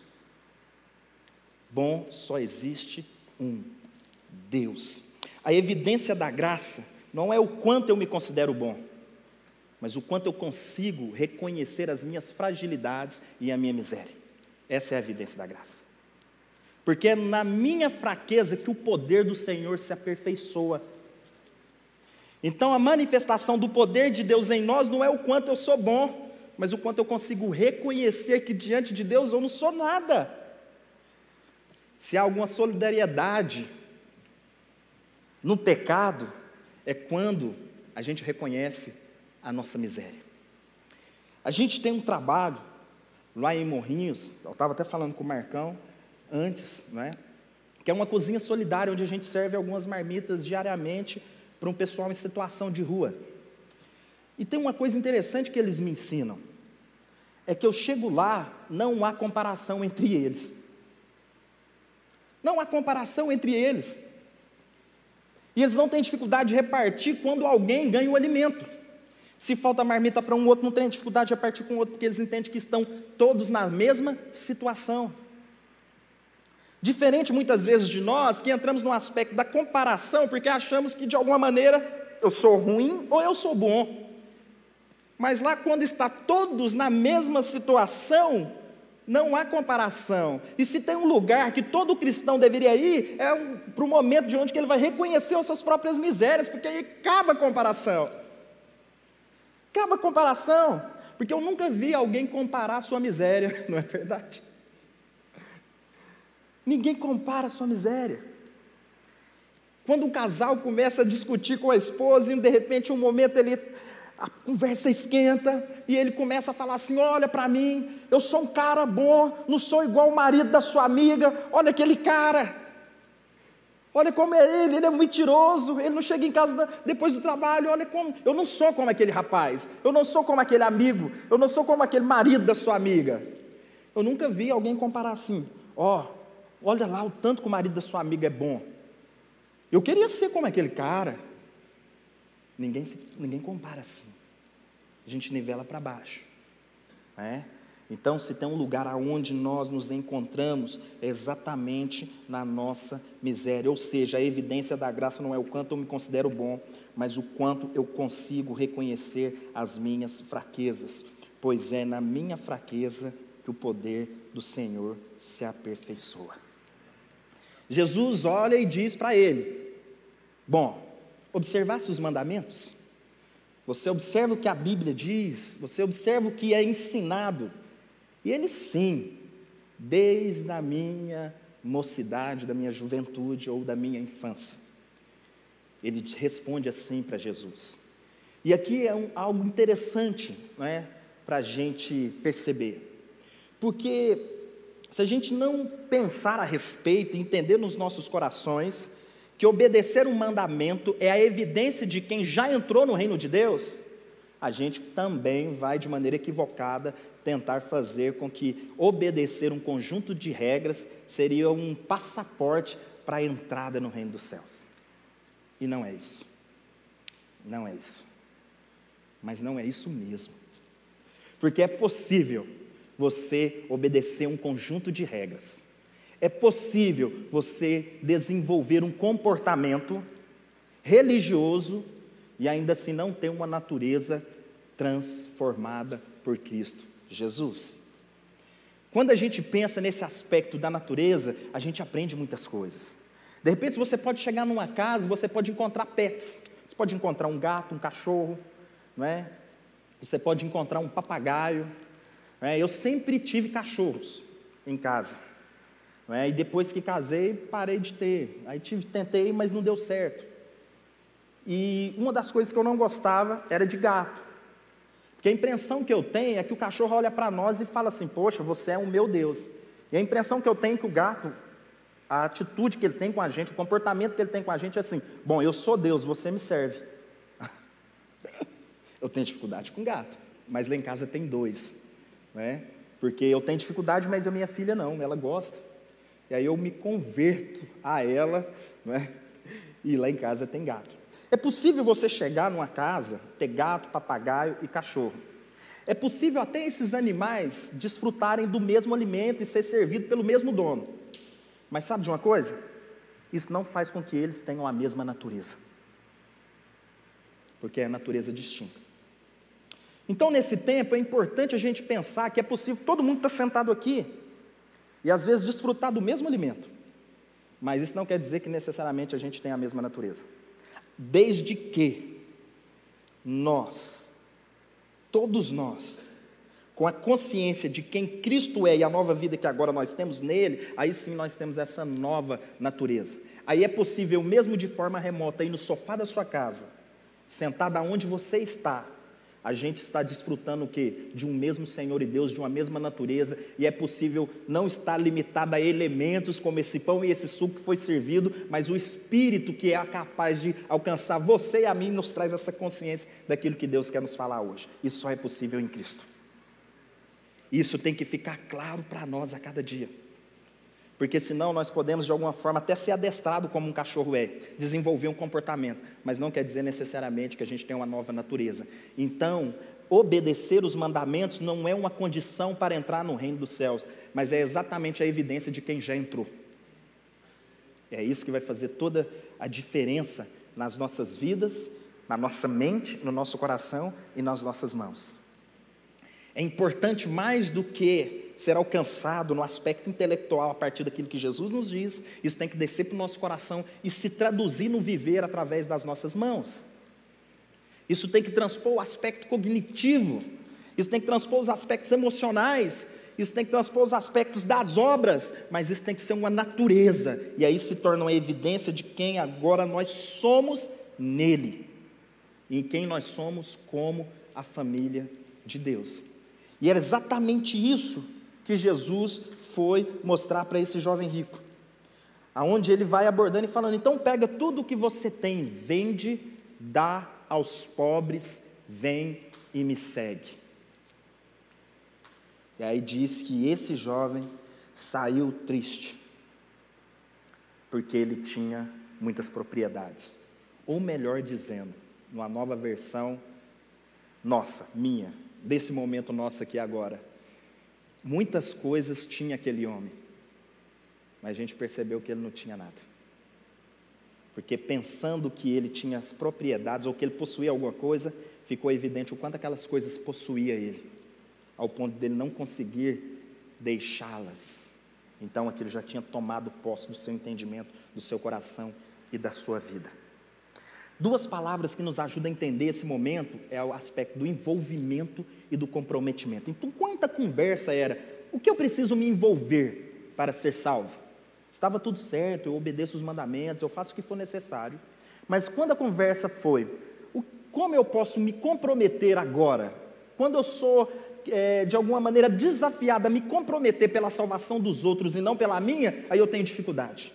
Bom só existe um, Deus. A evidência da graça não é o quanto eu me considero bom, mas o quanto eu consigo reconhecer as minhas fragilidades e a minha miséria. Essa é a evidência da graça. Porque é na minha fraqueza que o poder do Senhor se aperfeiçoa. Então a manifestação do poder de Deus em nós não é o quanto eu sou bom, mas o quanto eu consigo reconhecer que diante de Deus eu não sou nada. Se há alguma solidariedade no pecado, é quando a gente reconhece a nossa miséria. A gente tem um trabalho lá em Morrinhos, eu estava até falando com o Marcão antes, né? Que é uma cozinha solidária, onde a gente serve algumas marmitas diariamente para um pessoal em situação de rua. E tem uma coisa interessante que eles me ensinam, é que eu chego lá, não há comparação entre eles. Não há comparação entre eles. E eles não têm dificuldade de repartir quando alguém ganha o alimento. Se falta marmita para um outro, não tem dificuldade de repartir com o outro, porque eles entendem que estão todos na mesma situação. Diferente muitas vezes de nós, que entramos no aspecto da comparação, porque achamos que de alguma maneira eu sou ruim ou eu sou bom. Mas lá quando está todos na mesma situação, não há comparação. E se tem um lugar que todo cristão deveria ir, é um, para o momento de onde que ele vai reconhecer as suas próprias misérias, porque aí acaba a comparação. Acaba a comparação, porque eu nunca vi alguém comparar a sua miséria, não é verdade? Ninguém compara a sua miséria. Quando um casal começa a discutir com a esposa, e de repente um momento ele, a conversa esquenta, e ele começa a falar assim: olha para mim, eu sou um cara bom, não sou igual o marido da sua amiga, olha aquele cara, olha como é ele, ele é mentiroso, ele não chega em casa depois do trabalho, olha como, eu não sou como aquele rapaz, eu não sou como aquele amigo, eu não sou como aquele marido da sua amiga. Eu nunca vi alguém comparar assim: ó, oh, olha lá o tanto que o marido da sua amiga é bom, eu queria ser como aquele cara. Ninguém, se, ninguém compara assim, a gente nivela para baixo, né? Então, se tem um lugar aonde nós nos encontramos, é exatamente na nossa miséria, ou seja, a evidência da graça não é o quanto eu me considero bom, mas o quanto eu consigo reconhecer as minhas fraquezas, pois é na minha fraqueza que o poder do Senhor se aperfeiçoa. Jesus olha e diz para ele: bom, observasse os mandamentos? Você observa o que a Bíblia diz? Você observa o que é ensinado? E ele sim, desde a minha mocidade, da minha juventude ou da minha infância. Ele responde assim para Jesus. E aqui é um, algo interessante, né, para a gente perceber. Porque se a gente não pensar a respeito, entender nos nossos corações que obedecer um mandamento é a evidência de quem já entrou no reino de Deus, a gente também vai de maneira equivocada tentar fazer com que obedecer um conjunto de regras seria um passaporte para a entrada no reino dos céus. E não é isso. Não é isso. Mas não é isso mesmo. Porque é possível você obedecer um conjunto de regras. É possível você desenvolver um comportamento religioso e ainda assim não ter uma natureza transformada por Cristo Jesus. Quando a gente pensa nesse aspecto da natureza, a gente aprende muitas coisas. De repente você pode chegar numa casa, você pode encontrar pets. Você pode encontrar um gato, um cachorro, não é? Você pode encontrar um papagaio. Não é? Eu sempre tive cachorros em casa. É, e depois que casei, parei de ter. Aí tive, tentei, mas não deu certo. E uma das coisas que eu não gostava era de gato. Porque a impressão que eu tenho é que o cachorro olha para nós e fala assim, poxa, você é o meu Deus. E a impressão que eu tenho é que o gato, a atitude que ele tem com a gente, o comportamento que ele tem com a gente é assim, bom, eu sou Deus, você me serve. Eu tenho dificuldade com gato, mas lá em casa tem dois, né? Porque eu tenho dificuldade, mas a minha filha não, ela gosta. E aí eu me converto a ela, né? E lá em casa tem gato. É possível você chegar numa casa, ter gato, papagaio e cachorro. É possível até esses animais desfrutarem do mesmo alimento e ser servido pelo mesmo dono. Mas sabe de uma coisa? Isso não faz com que eles tenham a mesma natureza. Porque é a natureza distinta. Então, nesse tempo, é importante a gente pensar que é possível todo mundo estar sentado aqui e, às vezes, desfrutar do mesmo alimento. Mas isso não quer dizer que, necessariamente, a gente tem a mesma natureza. Desde que nós, todos nós, com a consciência de quem Cristo é e a nova vida que agora nós temos nele, aí sim nós temos essa nova natureza. Aí é possível, mesmo de forma remota, ir no sofá da sua casa, sentado aonde você está, a gente está desfrutando o quê? De um mesmo Senhor e Deus, de uma mesma natureza, e é possível não estar limitado a elementos como esse pão e esse suco que foi servido, mas o Espírito que é capaz de alcançar você e a mim, nos traz essa consciência daquilo que Deus quer nos falar hoje. Isso só é possível em Cristo. Isso tem que ficar claro para nós a cada dia. Porque senão nós podemos de alguma forma até ser adestrado como um cachorro é, desenvolver um comportamento, mas não quer dizer necessariamente que a gente tem uma nova natureza. Então, obedecer os mandamentos não é uma condição para entrar no reino dos céus, mas é exatamente a evidência de quem já entrou. É isso que vai fazer toda a diferença nas nossas vidas, na nossa mente, no nosso coração e nas nossas mãos. É importante mais do que ser alcançado no aspecto intelectual a partir daquilo que Jesus nos diz, isso tem que descer para o nosso coração e se traduzir no viver através das nossas mãos. Isso tem que transpor o aspecto cognitivo, isso tem que transpor os aspectos emocionais, isso tem que transpor os aspectos das obras, mas isso tem que ser uma natureza, e aí se torna uma evidência de quem agora nós somos nele, e em quem nós somos como a família de Deus. E era exatamente isso que Jesus foi mostrar para esse jovem rico, aonde ele vai abordando e falando, então pega tudo o que você tem, vende, dá aos pobres, vem e me segue. E aí diz que esse jovem saiu triste, porque ele tinha muitas propriedades, ou melhor dizendo, numa nova versão, nossa, minha, desse momento nosso aqui agora, muitas coisas tinha aquele homem, mas a gente percebeu que ele não tinha nada, porque pensando que ele tinha as propriedades, ou que ele possuía alguma coisa, ficou evidente o quanto aquelas coisas possuía ele, ao ponto dele não conseguir deixá-las, então aquilo já tinha tomado posse do seu entendimento, do seu coração e da sua vida. Duas palavras que nos ajudam a entender esse momento é o aspecto do envolvimento e do comprometimento. Então, quanta conversa era, o que eu preciso me envolver para ser salvo? Estava tudo certo, eu obedeço os mandamentos, eu faço o que for necessário. Mas quando a conversa foi, o, como eu posso me comprometer agora? Quando eu sou, é, de alguma maneira, desafiado a me comprometer pela salvação dos outros e não pela minha, aí eu tenho dificuldade.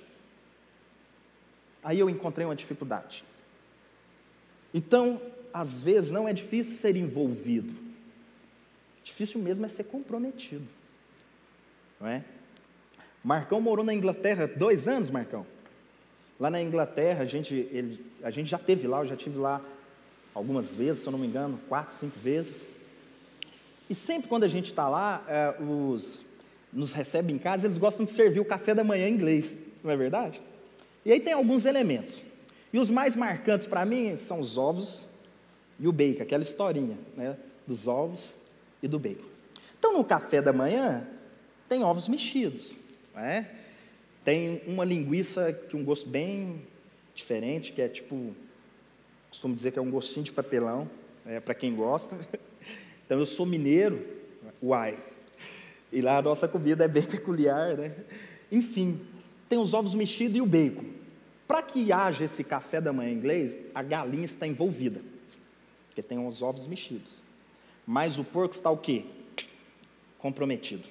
Aí eu encontrei uma dificuldade. Então, às vezes, não é difícil ser envolvido. Difícil mesmo é ser comprometido. Não é? Marcão morou na Inglaterra dois anos, Marcão. Lá na Inglaterra, a gente, ele, a gente já esteve lá, eu já estive lá algumas vezes, se eu não me engano, quatro, cinco vezes. E sempre quando a gente está lá, é, os, nos recebem em casa, eles gostam de servir o café da manhã em inglês, não é verdade? E aí tem alguns elementos. E os mais marcantes para mim são os ovos e o bacon, aquela historinha, né, dos ovos e do bacon. Então, no café da manhã, tem ovos mexidos, né? Tem uma linguiça que um gosto bem diferente, que é tipo, costumo dizer que é um gostinho de papelão, é, para quem gosta. Então, eu sou mineiro, uai, e lá a nossa comida é bem peculiar, né? Enfim, tem os ovos mexidos e o bacon. Para que haja esse café da manhã inglês, a galinha está envolvida, porque tem os ovos mexidos. Mas o porco está o quê? Comprometido.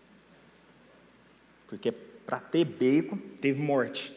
Porque para ter bacon, teve morte.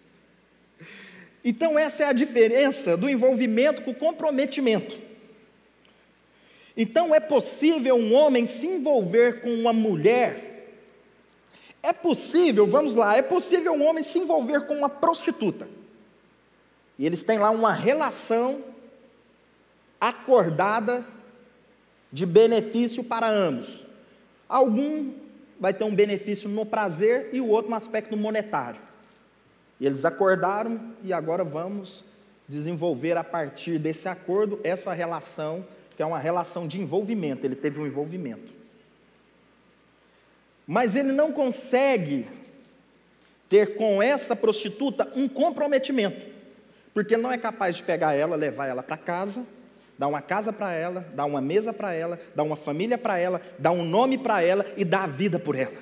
Então essa é a diferença do envolvimento com o comprometimento. Então é possível um homem se envolver com uma mulher, é possível, vamos lá, é possível um homem se envolver com uma prostituta, e eles têm lá uma relação acordada de benefício para ambos. Algum vai ter um benefício no prazer e o outro no aspecto monetário. E eles acordaram e agora vamos desenvolver a partir desse acordo essa relação, que é uma relação de envolvimento. Ele teve um envolvimento. Mas ele não consegue ter com essa prostituta um comprometimento, porque ele não é capaz de pegar ela, levar ela para casa, dar uma casa para ela, dar uma mesa para ela, dar uma família para ela, dar um nome para ela e dar a vida por ela.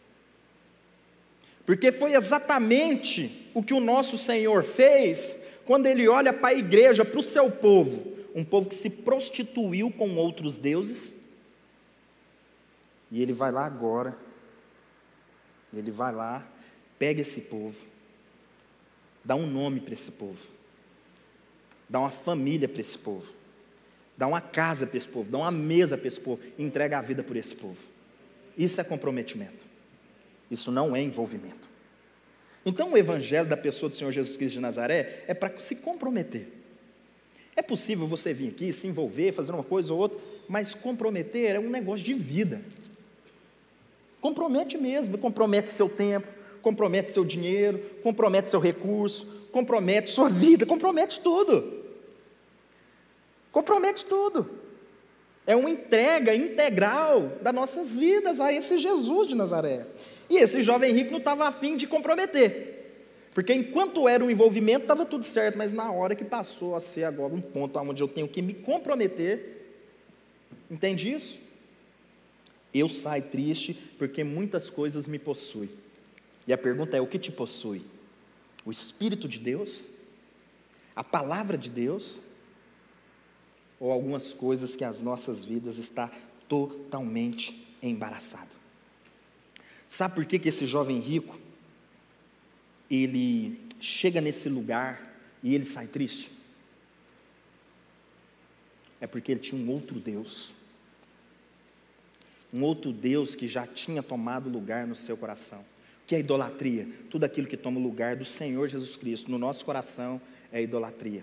Porque foi exatamente o que o nosso Senhor fez quando Ele olha para a igreja, para o seu povo, um povo que se prostituiu com outros deuses, e Ele vai lá agora, Ele vai lá, pega esse povo, dá um nome para esse povo, dá uma família para esse povo, dá uma casa para esse povo, dá uma mesa para esse povo, e entrega a vida por esse povo. Isso é comprometimento. Isso não é envolvimento. Então o evangelho da pessoa do Senhor Jesus Cristo de Nazaré é para se comprometer. É possível você vir aqui, se envolver, fazer uma coisa ou outra, mas comprometer é um negócio de vida. Compromete mesmo, compromete seu tempo, compromete seu dinheiro, compromete seu recurso, compromete sua vida, compromete tudo. Compromete tudo. É uma entrega integral das nossas vidas a esse Jesus de Nazaré. E esse jovem rico não estava afim de comprometer, porque enquanto era um envolvimento estava tudo certo, mas na hora que passou a ser agora um ponto onde eu tenho que me comprometer, entende isso? Eu saio triste porque muitas coisas me possuem. E a pergunta é: o que te possui? O Espírito de Deus? A palavra de Deus? Ou algumas coisas que as nossas vidas estão totalmente embaraçadas? Sabe por que que esse jovem rico, ele chega nesse lugar e ele sai triste? É porque ele tinha um outro Deus. Um outro Deus que já tinha tomado lugar no seu coração. O que é idolatria? Tudo aquilo que toma o lugar do Senhor Jesus Cristo no nosso coração é idolatria.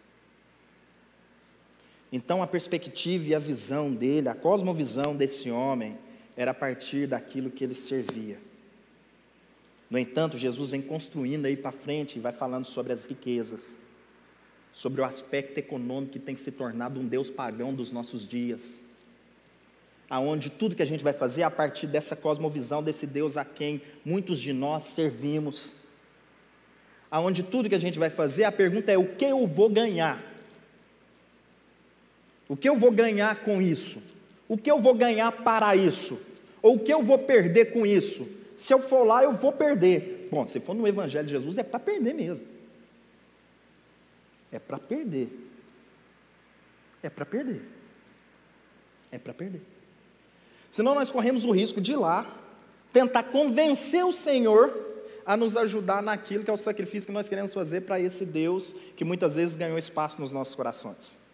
Então a perspectiva e a visão dele, a cosmovisão desse homem, era a partir daquilo que ele servia. No entanto, Jesus vem construindo aí para frente e vai falando sobre as riquezas, sobre o aspecto econômico que tem se tornado um Deus pagão dos nossos dias, aonde tudo que a gente vai fazer é a partir dessa cosmovisão, desse Deus a quem muitos de nós servimos, aonde tudo que a gente vai fazer, a pergunta é: o que eu vou ganhar? O que eu vou ganhar com isso? O que eu vou ganhar para isso? Ou o que eu vou perder com isso? Se eu for lá, eu vou perder. Bom, se for no Evangelho de Jesus, é para perder mesmo. É para perder. É para perder. É para perder. Senão nós corremos o risco de ir lá, tentar convencer o Senhor a nos ajudar naquilo que é o sacrifício que nós queremos fazer para esse Deus que muitas vezes ganhou espaço nos nossos corações.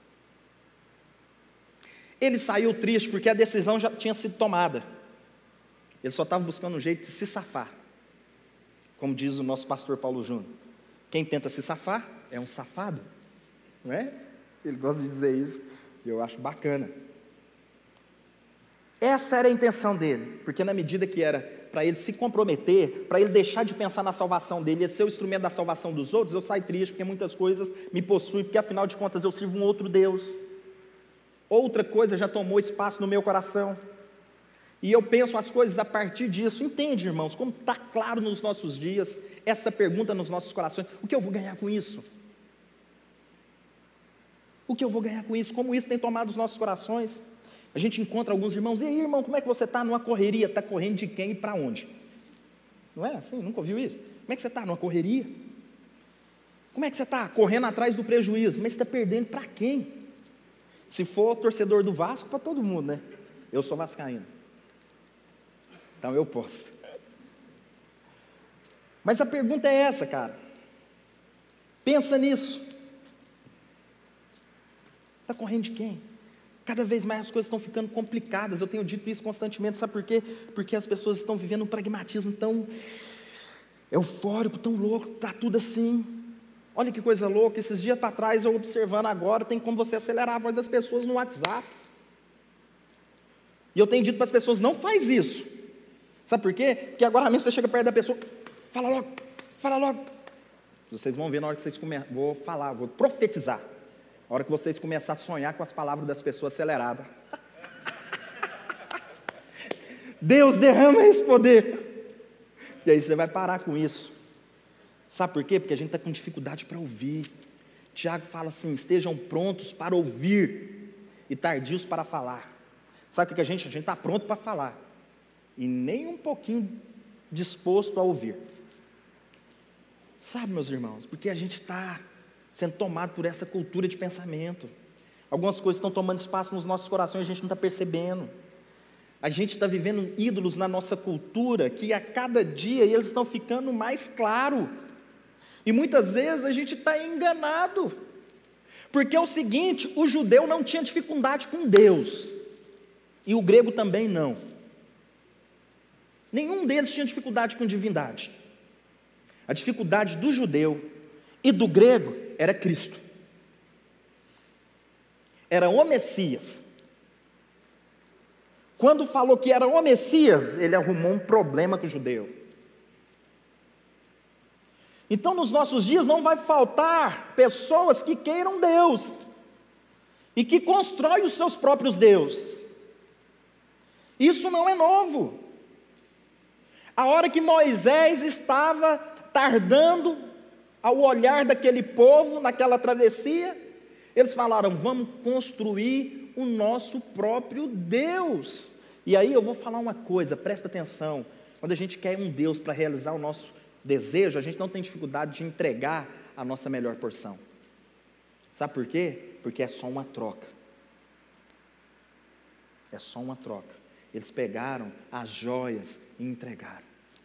Ele saiu triste porque a decisão já tinha sido tomada. Ele só estava buscando um jeito de se safar. Como diz o nosso pastor Paulo Júnior. Quem tenta se safar é um safado. Não é? Ele gosta de dizer isso e eu acho bacana. Essa era a intenção dele. Porque na medida que era para ele se comprometer, para ele deixar de pensar na salvação dele e ser o instrumento da salvação dos outros, eu saio triste porque muitas coisas me possuem, porque afinal de contas eu sirvo um outro Deus. Outra coisa já tomou espaço no meu coração. E eu penso as coisas a partir disso. Entende, irmãos, como está claro nos nossos dias, essa pergunta nos nossos corações: o que eu vou ganhar com isso? O que eu vou ganhar com isso? Como isso tem tomado os nossos corações? A gente encontra alguns irmãos: e aí, irmão, como é que você está numa correria? Está correndo de quem e para onde? Não é assim? Nunca ouviu isso? Como é que você está numa correria? Como é que você está? Correndo atrás do prejuízo. Mas você está perdendo para quem? Se for torcedor do Vasco, para todo mundo, né? Eu sou vascaíno. Então eu posso. Mas a pergunta é essa, cara. Pensa nisso. Está correndo de quem? Cada vez mais as coisas estão ficando complicadas. Eu tenho dito isso constantemente. Sabe por quê? Porque as pessoas estão vivendo um pragmatismo tão eufórico, tão louco. Está tudo assim. Olha que coisa louca. Esses dias para trás, eu observando agora, tem como você acelerar a voz das pessoas no WhatsApp. E eu tenho dito para as pessoas, não faz isso. Sabe por quê? Porque agora mesmo você chega perto da pessoa, fala logo, fala logo. Vocês vão ver na hora que vocês começarem, vou falar, vou profetizar. Na hora que vocês começarem a sonhar com as palavras das pessoas aceleradas. Deus derrama esse poder. E aí você vai parar com isso. Sabe por quê? Porque a gente está com dificuldade para ouvir. Tiago fala assim, estejam prontos para ouvir e tardios para falar. Sabe o que a gente, a gente está pronto para falar. E nem um pouquinho disposto a ouvir. Sabe, meus irmãos, porque a gente está sendo tomado por essa cultura de pensamento. Algumas coisas estão tomando espaço nos nossos corações e a gente não está percebendo. A gente está vivendo ídolos na nossa cultura que a cada dia eles estão ficando mais claros. E muitas vezes a gente está enganado. Porque é o seguinte, o judeu não tinha dificuldade com Deus. E o grego também não. Nenhum deles tinha dificuldade com divindade. A dificuldade do judeu e do grego era Cristo. Era o Messias. Quando falou que era o Messias, ele arrumou um problema com o judeu. Então, nos nossos dias não vai faltar pessoas que queiram Deus e que constroem os seus próprios deuses. Isso não é novo. A hora que Moisés estava tardando ao olhar daquele povo naquela travessia, eles falaram, vamos construir o nosso próprio Deus. E aí eu vou falar uma coisa, presta atenção, quando a gente quer um Deus para realizar o nosso desejo, a gente não tem dificuldade de entregar a nossa melhor porção. Sabe por quê? Porque é só uma troca. É só uma troca. Eles pegaram as joias e entregaram.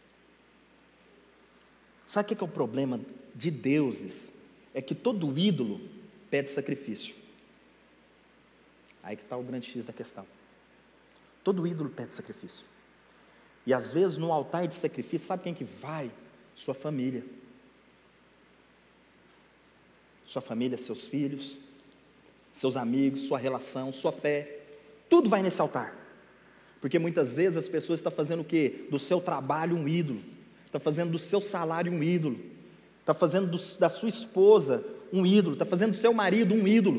Sabe o que é o problema de deuses? É que todo ídolo pede sacrifício. Aí que está o grande X da questão. Todo ídolo pede sacrifício. E às vezes no altar de sacrifício, sabe quem que vai? Sua família. Sua família, seus filhos, seus amigos, sua relação, sua fé. Tudo vai nesse altar. Porque muitas vezes as pessoas estão fazendo o quê? Do seu trabalho um ídolo. Está fazendo do seu salário um ídolo. Está fazendo do, da sua esposa um ídolo. Está fazendo do seu marido um ídolo.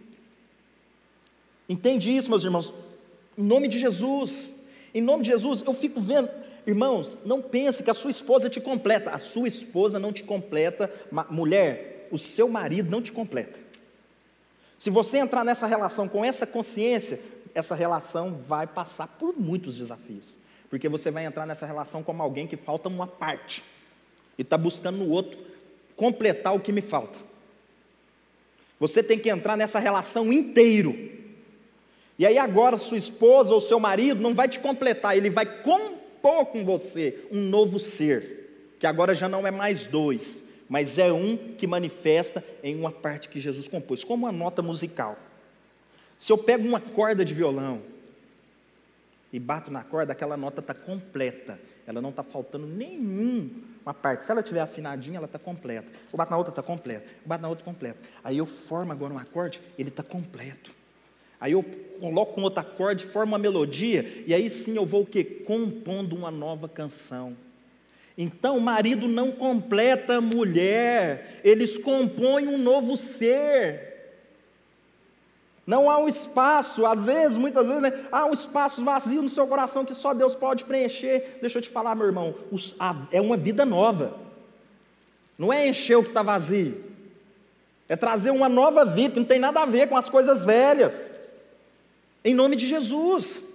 Entende isso, meus irmãos? Em nome de Jesus. Em nome de Jesus, eu fico vendo. Irmãos, não pense que a sua esposa te completa. A sua esposa não te completa. Mulher, o seu marido não te completa. Se você entrar nessa relação com essa consciência, essa relação vai passar por muitos desafios. Porque você vai entrar nessa relação como alguém que falta uma parte. E está buscando no outro completar o que me falta. Você tem que entrar nessa relação inteiro. E aí agora sua esposa ou seu marido não vai te completar, ele vai compor com você um novo ser. Que agora já não é mais dois, mas é um que manifesta em uma parte que Jesus compôs. Como uma nota musical. Se eu pego uma corda de violão e bato na corda, aquela nota está completa. Ela não está faltando nenhuma parte. Se ela estiver afinadinha, ela está completa. Eu bato na outra, está completa. Eu bato na outra, completa. Aí eu formo agora um acorde, ele está completo. Aí eu coloco um outro acorde, formo uma melodia, e aí sim eu vou o quê? Compondo uma nova canção. Então o marido não completa a mulher, eles compõem um novo ser. Não há um espaço, às vezes, muitas vezes, né, há um espaço vazio no seu coração que só Deus pode preencher. Deixa eu te falar, meu irmão, os, a, é uma vida nova. Não é encher o que está vazio. É trazer uma nova vida, que não tem nada a ver com as coisas velhas. Em nome de Jesus.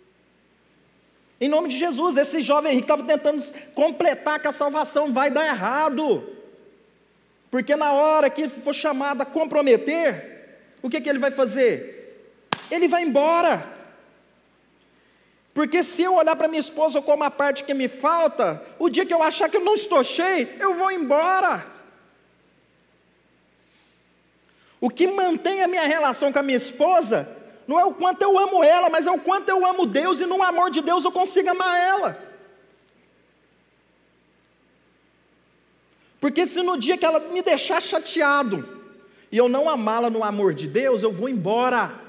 Em nome de Jesus, esse jovem rico estava tentando completar que a salvação vai dar errado. Porque na hora que for chamado a comprometer, o que, que ele vai fazer? ele vai embora. Porque se eu olhar para minha esposa como a parte que me falta, o dia que eu achar que eu não estou cheio, eu vou embora. O que mantém a minha relação com a minha esposa, não é o quanto eu amo ela, mas é o quanto eu amo Deus, e no amor de Deus eu consigo amar ela. Porque se no dia que ela me deixar chateado, e eu não amá-la no amor de Deus, eu vou embora.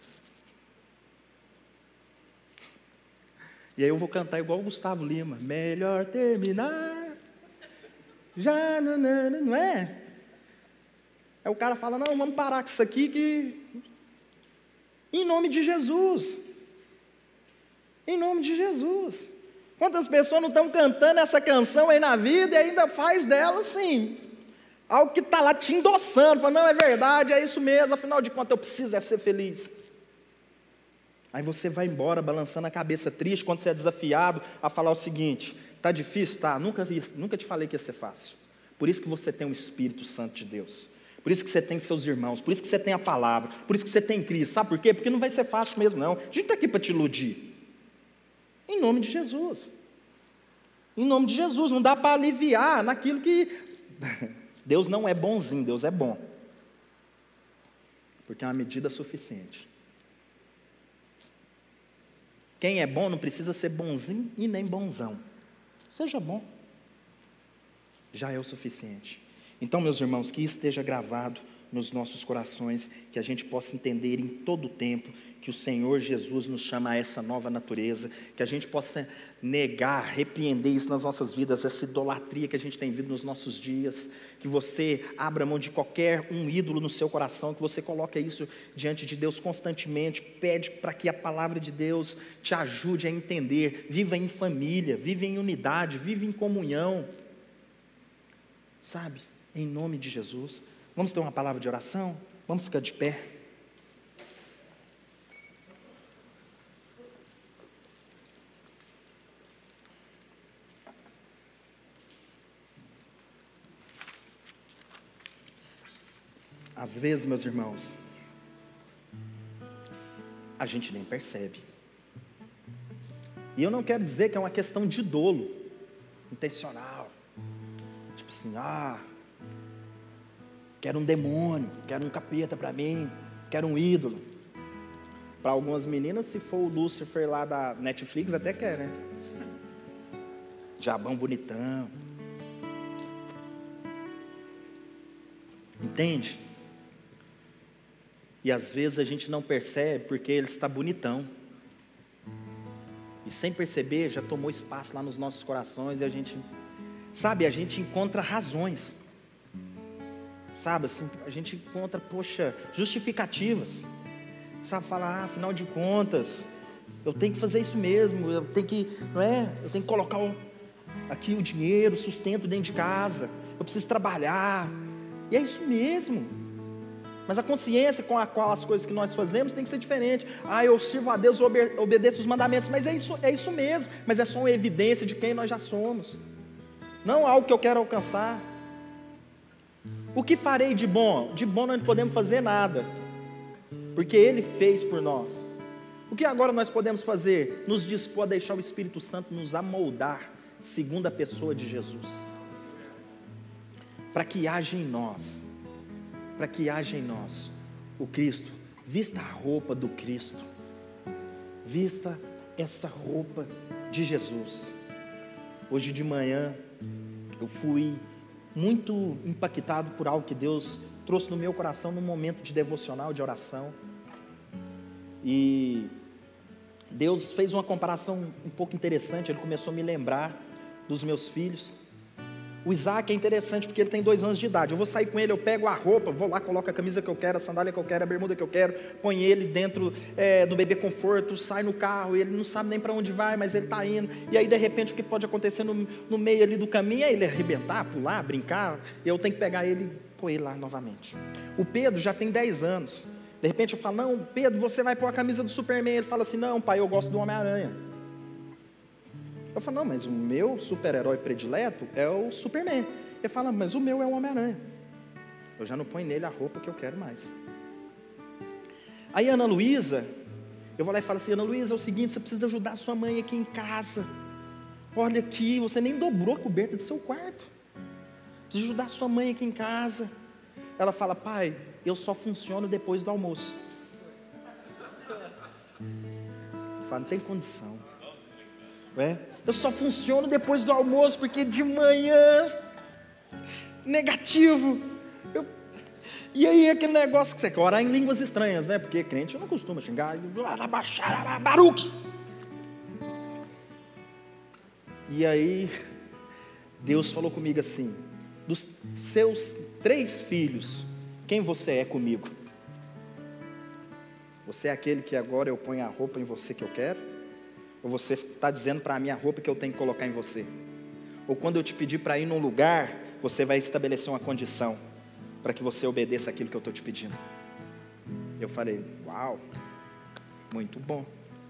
E aí eu vou cantar igual o Gustavo Lima, melhor terminar, já não, não, não é? Aí o cara fala, não, vamos parar com isso aqui, que... em nome de Jesus, em nome de Jesus. Quantas pessoas não estão cantando essa canção aí na vida, e ainda faz dela assim, algo que está lá te endossando, fala, não, é verdade, é isso mesmo, afinal de contas eu preciso é ser feliz. Aí você vai embora balançando a cabeça triste, quando você é desafiado a falar o seguinte, está difícil? Tá, nunca, nunca te falei que ia ser fácil. Por isso que você tem o Espírito Santo de Deus, por isso que você tem seus irmãos, por isso que você tem a palavra, por isso que você tem Cristo, sabe por quê? Porque não vai ser fácil mesmo não, a gente está aqui para te iludir, em nome de Jesus, em nome de Jesus, não dá para aliviar naquilo que, Deus não é bonzinho, Deus é bom, porque é uma medida suficiente. Quem é bom não precisa ser bonzinho e nem bonzão. Seja bom. Já é o suficiente. Então, meus irmãos, que isso esteja gravado nos nossos corações, que a gente possa entender em todo o tempo que o Senhor Jesus nos chama a essa nova natureza, que a gente possa negar, repreender isso nas nossas vidas, essa idolatria que a gente tem visto nos nossos dias, que você abra mão de qualquer um ídolo no seu coração, que você coloque isso diante de Deus constantemente, pede para que a palavra de Deus te ajude a entender, viva em família, viva em unidade, viva em comunhão, sabe, em nome de Jesus. Vamos ter uma palavra de oração? Vamos ficar de pé. Às vezes, meus irmãos, a gente nem percebe. E eu não quero dizer que é uma questão de dolo, intencional. Tipo assim, ah, quero um demônio, quero um capeta para mim, quero um ídolo. Para algumas meninas, se for o Lúcifer lá da Netflix, até quer, né? Jabão bonitão. Entende? E às vezes a gente não percebe porque ele está bonitão. E sem perceber, já tomou espaço lá nos nossos corações e a gente, sabe, a gente encontra razões. Sabe, assim, a gente encontra, poxa, justificativas. Sabe, falar, ah, afinal de contas, eu tenho que fazer isso mesmo, eu tenho que, não é? Eu tenho que colocar o, aqui o dinheiro, o sustento dentro de casa, eu preciso trabalhar. E é isso mesmo. Mas a consciência com a qual as coisas que nós fazemos tem que ser diferente. Ah, eu sirvo a Deus, eu obe- obedeço os mandamentos, mas é isso, é isso mesmo. Mas é só uma evidência de quem nós já somos. Não algo que eu quero alcançar. O que farei de bom? De bom nós não podemos fazer nada, porque Ele fez por nós. O que agora nós podemos fazer? Nos dispor a deixar o Espírito Santo nos amoldar, segundo a pessoa de Jesus. Para que haja em nós, para que haja em nós o Cristo. Vista a roupa do Cristo, vista essa roupa de Jesus. Hoje de manhã eu fui muito impactado por algo que Deus trouxe no meu coração num momento de devocional, de oração. E Deus fez uma comparação um pouco interessante. Ele começou a me lembrar dos meus filhos. O Isaac é interessante porque ele tem dois anos de idade. Eu vou sair com ele, eu pego a roupa, vou lá, coloco a camisa que eu quero, a sandália que eu quero, a bermuda que eu quero, põe ele dentro é, do bebê conforto, sai no carro, e ele não sabe nem para onde vai, mas ele está indo. E aí, de repente, o que pode acontecer no, no meio ali do caminho é ele arrebentar, pular, brincar, e eu tenho que pegar ele e pôr ele lá novamente. O Pedro já tem dez anos. De repente eu falo, não, Pedro, você vai pôr a camisa do Superman. Ele fala assim, não, pai, eu gosto do Homem-Aranha. Eu falo, não, mas o meu super-herói predileto é o Superman. Ele fala, mas o meu é o Homem-Aranha. Eu já não ponho nele a roupa que eu quero mais. Aí a Ana Luísa, eu vou lá e falo assim: Ana Luísa, é o seguinte, você precisa ajudar a sua mãe aqui em casa. Olha aqui, você nem dobrou a coberta do seu quarto. Precisa ajudar a sua mãe aqui em casa. Ela fala: pai, eu só funciono depois do almoço. Eu falo: não tem condição. É? Eu só funciono depois do almoço, porque de manhã, negativo. Eu... E aí aquele negócio que você quer orar em línguas estranhas, né? Porque crente não costuma xingar. Baruque. E aí, Deus falou comigo assim: dos seus três filhos, quem você é comigo? Você é aquele que agora eu ponho a roupa em você que eu quero? Ou você está dizendo para mim a roupa que eu tenho que colocar em você? Ou quando eu te pedir para ir num lugar, você vai estabelecer uma condição para que você obedeça aquilo que eu estou te pedindo? Eu falei: uau, muito bom.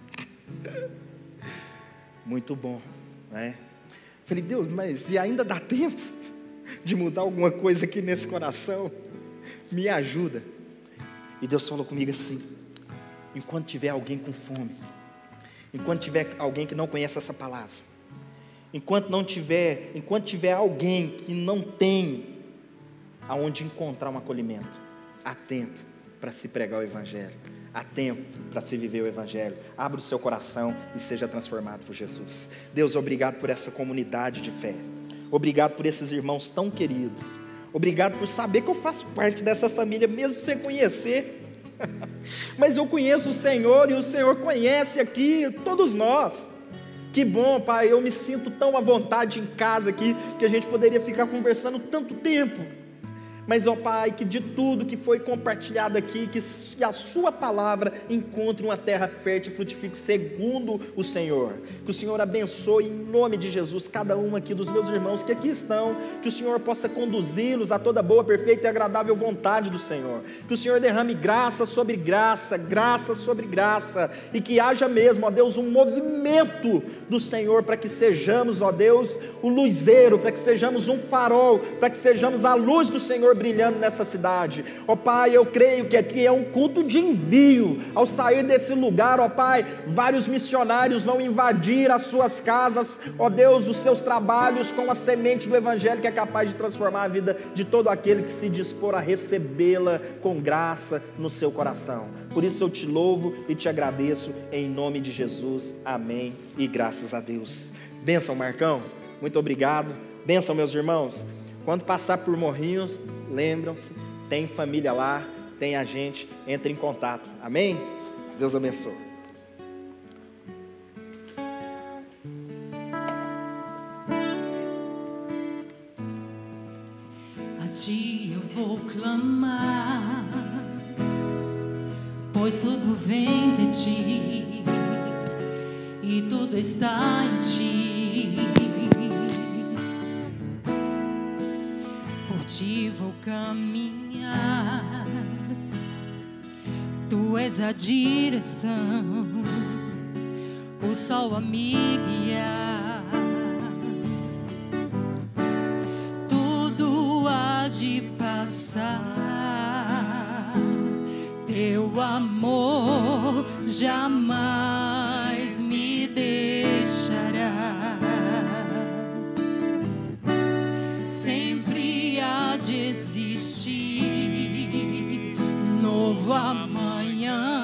Muito bom, né? Falei: Deus, mas e ainda dá tempo de mudar alguma coisa aqui nesse coração? Me ajuda. E Deus falou comigo assim: enquanto tiver alguém com fome, enquanto tiver alguém que não conhece essa palavra, enquanto não tiver, enquanto tiver alguém que não tem aonde encontrar um acolhimento, há tempo para se pregar o Evangelho, há tempo para se viver o Evangelho. Abra o seu coração e seja transformado por Jesus. Deus, obrigado por essa comunidade de fé, obrigado por esses irmãos tão queridos, obrigado por saber que eu faço parte dessa família, mesmo sem conhecer. Mas eu conheço o Senhor e o Senhor conhece aqui todos nós. Que bom, Pai, eu me sinto tão à vontade em casa aqui, que a gente poderia ficar conversando tanto tempo. Mas, ó Pai, que de tudo que foi compartilhado aqui, que a sua palavra encontre uma terra fértil e frutifique segundo o Senhor. Que o Senhor abençoe em nome de Jesus cada um aqui dos meus irmãos que aqui estão. Que o Senhor possa conduzi-los a toda boa, perfeita e agradável vontade do Senhor. Que o Senhor derrame graça sobre graça, graça sobre graça. E que haja mesmo, ó Deus, um movimento do Senhor para que sejamos, ó Deus, o luzeiro, para que sejamos um farol, para que sejamos a luz do Senhor brilhando nessa cidade. Ó Pai, eu creio que aqui é um culto de envio. Ao sair desse lugar, ó Pai, vários missionários vão invadir as suas casas, ó Deus, os seus trabalhos com a semente do Evangelho que é capaz de transformar a vida de todo aquele que se dispor a recebê-la com graça no seu coração. Por isso eu te louvo e te agradeço em nome de Jesus. Amém e graças a Deus. Bênção, Marcão, muito obrigado. Bênção, meus irmãos. Quando passar por Morrinhos, lembram-se, tem família lá, tem a gente, entre em contato. Amém? Deus abençoe. A ti eu vou clamar, pois tudo vem de ti e tudo está em ti. Por ti vou caminhar, tu és a direção, o sol a me guiar. Tudo há de passar, teu amor jamais me deixará. Sempre há de existir novo amanhã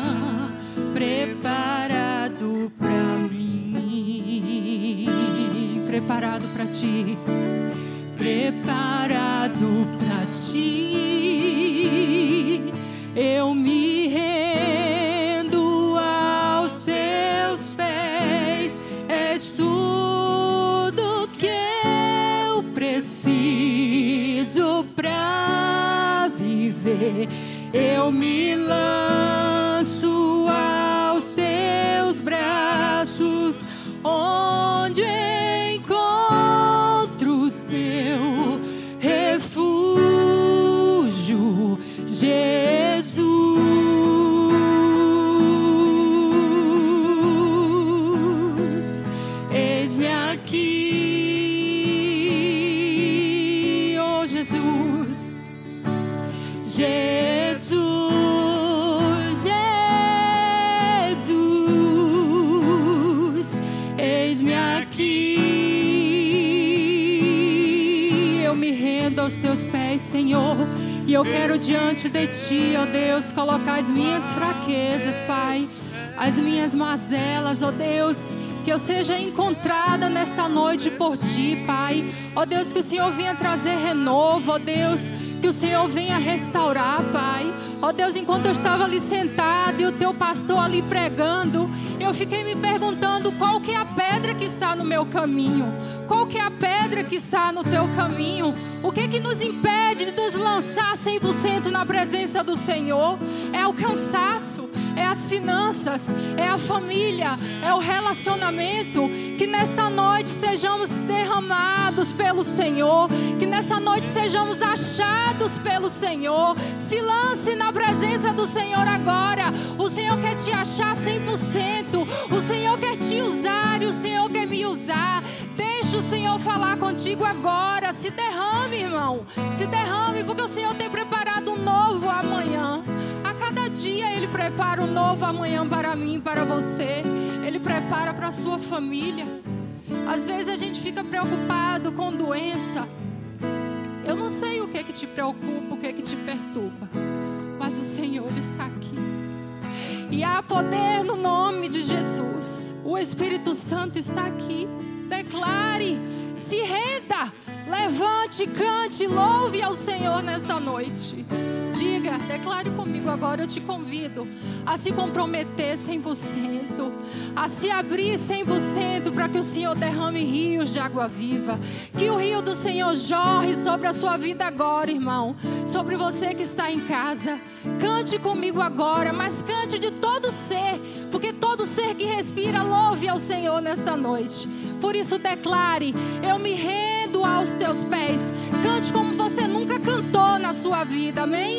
preparado pra mim, preparado pra ti, preparado pra ti. Eu me rendo aos teus pés, és tudo que eu preciso pra viver. Eu me lanço aos teus braços, onde encontro teu refúgio, Jesus. aqui. Eu me rendo aos teus pés, Senhor, e eu quero diante de ti, ó Deus, colocar as minhas fraquezas, Pai, as minhas mazelas, ó Deus, que eu seja encontrada nesta noite por ti, Pai. Ó Deus, que o Senhor venha trazer renovo, ó Deus, que o Senhor venha restaurar, Pai. Ó Deus, enquanto eu estava ali sentada e o teu pastor ali pregando, eu fiquei me perguntando qual que é a pedra que está no meu caminho, qual que é a pedra que está no teu caminho, o que que nos impede de nos lançar cem por cento na presença do Senhor? É o cansaço, é as finanças, é a família, é o relacionamento. Que nesta noite sejamos derramados pelo Senhor, que nessa noite sejamos achados pelo Senhor. Se lance na presença do Senhor agora. O Senhor quer te achar cem por cento, o Senhor quer te usar e o Senhor quer me usar. Deixa o Senhor falar contigo agora. Se derrame, irmão, se derrame, porque o Senhor tem preparado um novo amanhã. A cada dia Ele prepara um novo amanhã para mim, para você. Ele prepara para a sua família. Às vezes a gente fica preocupado com doença. Eu não sei o que que te preocupa, o que que te perturba, mas o Senhor está aqui. E há poder no nome de Jesus. O Espírito Santo está aqui. Declare, se renda, levante, cante, louve ao Senhor nesta noite. Diga, declare comigo agora. Eu te convido a se comprometer cem por cento, a se abrir cem por cento para que o Senhor derrame rios de água viva. Que o rio do Senhor jorre sobre a sua vida agora, irmão, sobre você que está em casa. Cante comigo agora, mas cante de todo ser, porque todo ser que respira louve ao Senhor nesta noite. Por isso declare, eu me rendo aos teus pés. Cante como você nunca cantou na sua vida, amém?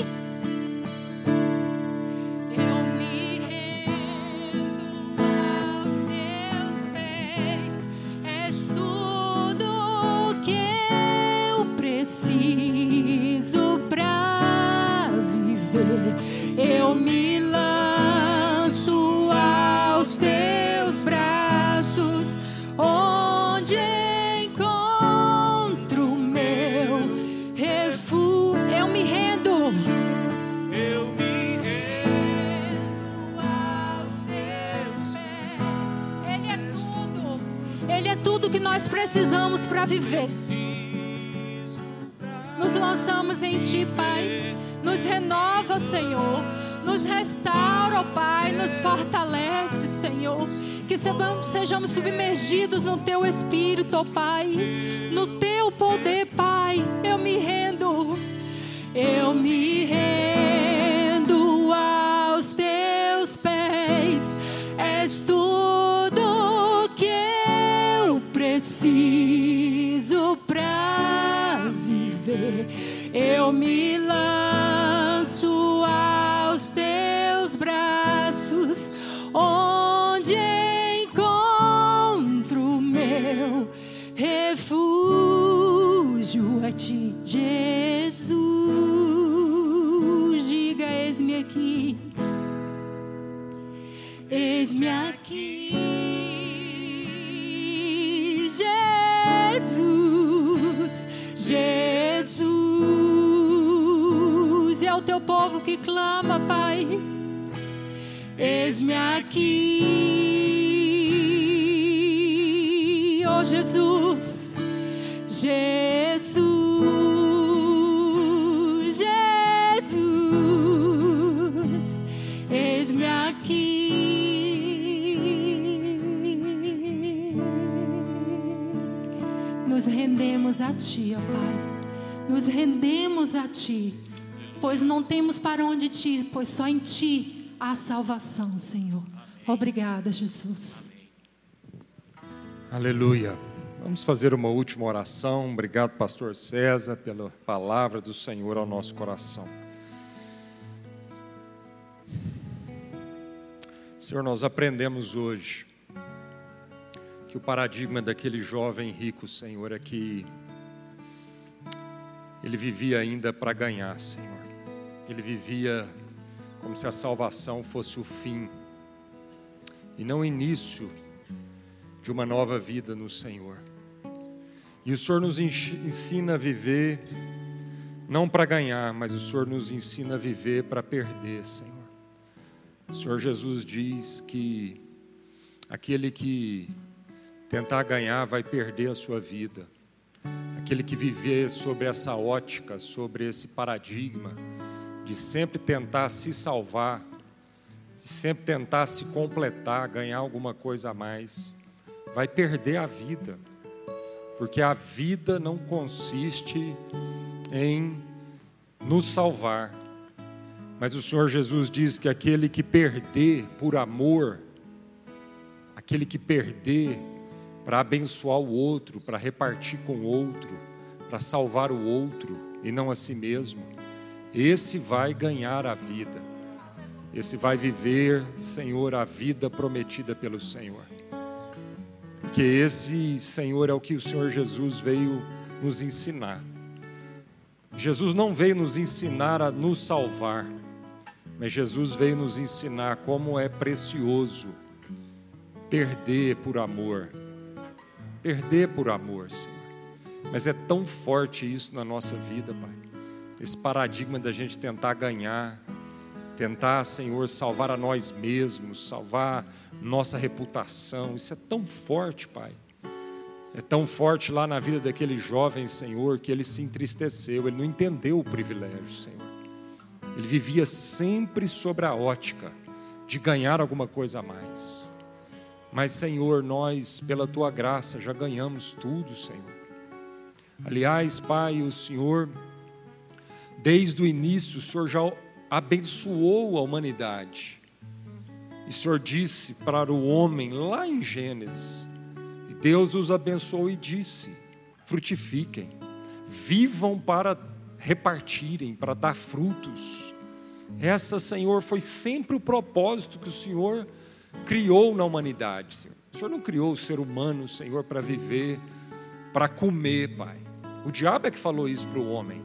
Eu me rendo aos teus pés. És tudo que eu preciso pra viver. Eu me lanço aos teus braços, onde encontro meu refúgio. Eu me rendo, eu me rendo aos teus pés. Ele é tudo, Ele é tudo que nós precisamos para viver. Nos lançamos em Ti, Pai. Nos renova, Senhor. Nos restaura, ó Pai. Nos fortalece, Senhor. Que sejamos submergidos no Teu Espírito, ó Pai, no Teu poder, Pai. Eu me rendo, eu me rendo aos Teus pés. És tudo que eu preciso pra viver. Eu me lanço aos Teus braços, onde meu refúgio a Ti, Jesus. Diga, eis-me aqui, eis-me aqui, Jesus, Jesus. É o Teu povo que clama, Pai. Eis-me aqui, oh Jesus, Jesus, Jesus, eis-me aqui. Nos rendemos a Ti, ó Pai, nos rendemos a Ti, pois não temos para onde ir, pois só em Ti a salvação, Senhor. Amém. Obrigada, Jesus. Amém. Aleluia. Vamos fazer uma última oração. Obrigado, pastor César, pela palavra do Senhor ao nosso coração. Senhor, nós aprendemos hoje que o paradigma daquele jovem rico, Senhor, é que ele vivia ainda para ganhar, Senhor. Ele vivia como se a salvação fosse o fim e não o início de uma nova vida no Senhor. E o Senhor nos ensina a viver, não para ganhar, mas o Senhor nos ensina a viver para perder, Senhor. O Senhor Jesus diz que aquele que tentar ganhar vai perder a sua vida. Aquele que viver sobre essa ótica, sobre esse paradigma de sempre tentar se salvar, sempre tentar se completar, ganhar alguma coisa a mais, vai perder a vida. Porque a vida não consiste em nos salvar. Mas o Senhor Jesus diz que aquele que perder por amor, aquele que perder para abençoar o outro, para repartir com o outro, para salvar o outro e não a si mesmo, esse vai ganhar a vida. Esse vai viver, Senhor, a vida prometida pelo Senhor. Porque esse, Senhor, é o que o Senhor Jesus veio nos ensinar. Jesus não veio nos ensinar a nos salvar, mas Jesus veio nos ensinar como é precioso perder por amor. Perder por amor, Senhor. Mas é tão forte isso na nossa vida, Pai. Esse paradigma da gente tentar ganhar, tentar, Senhor, salvar a nós mesmos, salvar nossa reputação. Isso é tão forte, Pai. É tão forte lá na vida daquele jovem, Senhor, que ele se entristeceu, ele não entendeu o privilégio, Senhor. Ele vivia sempre sobre a ótica de ganhar alguma coisa a mais. Mas, Senhor, nós, pela Tua graça, já ganhamos tudo, Senhor. Aliás, Pai, o Senhor, desde o início, o Senhor já abençoou a humanidade. E o Senhor disse para o homem, lá em Gênesis, e Deus os abençoou e disse, frutifiquem, vivam para repartirem, para dar frutos. Essa, Senhor, foi sempre o propósito que o Senhor criou na humanidade, Senhor. O Senhor não criou o ser humano, Senhor, para viver, para comer, Pai. O diabo é que falou isso para o homem.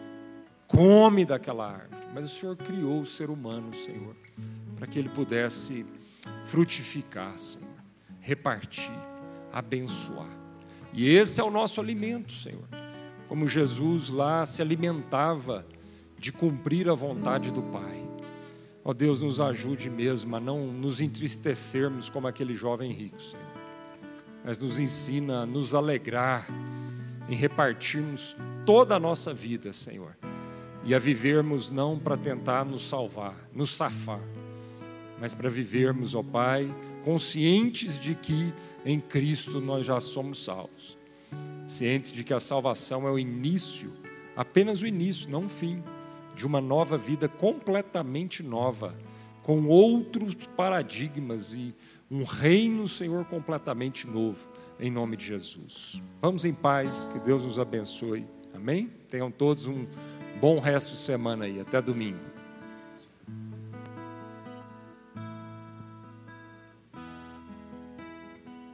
Come daquela árvore. Mas o Senhor criou o ser humano, Senhor, para que ele pudesse frutificar, Senhor, repartir, abençoar. E esse é o nosso alimento, Senhor. Como Jesus lá se alimentava de cumprir a vontade do Pai. Ó Deus, nos ajude mesmo a não nos entristecermos como aquele jovem rico, Senhor. Mas nos ensina a nos alegrar em repartirmos toda a nossa vida, Senhor. E a vivermos não para tentar nos salvar, nos safar, mas para vivermos, ó Pai, conscientes de que em Cristo nós já somos salvos. Cientes de que a salvação é o início, apenas o início, não o fim, de uma nova vida completamente nova, com outros paradigmas e um reino, Senhor, completamente novo, em nome de Jesus. Vamos em paz, que Deus nos abençoe. Amém? Tenham todos um bom resto de semana aí. Até domingo.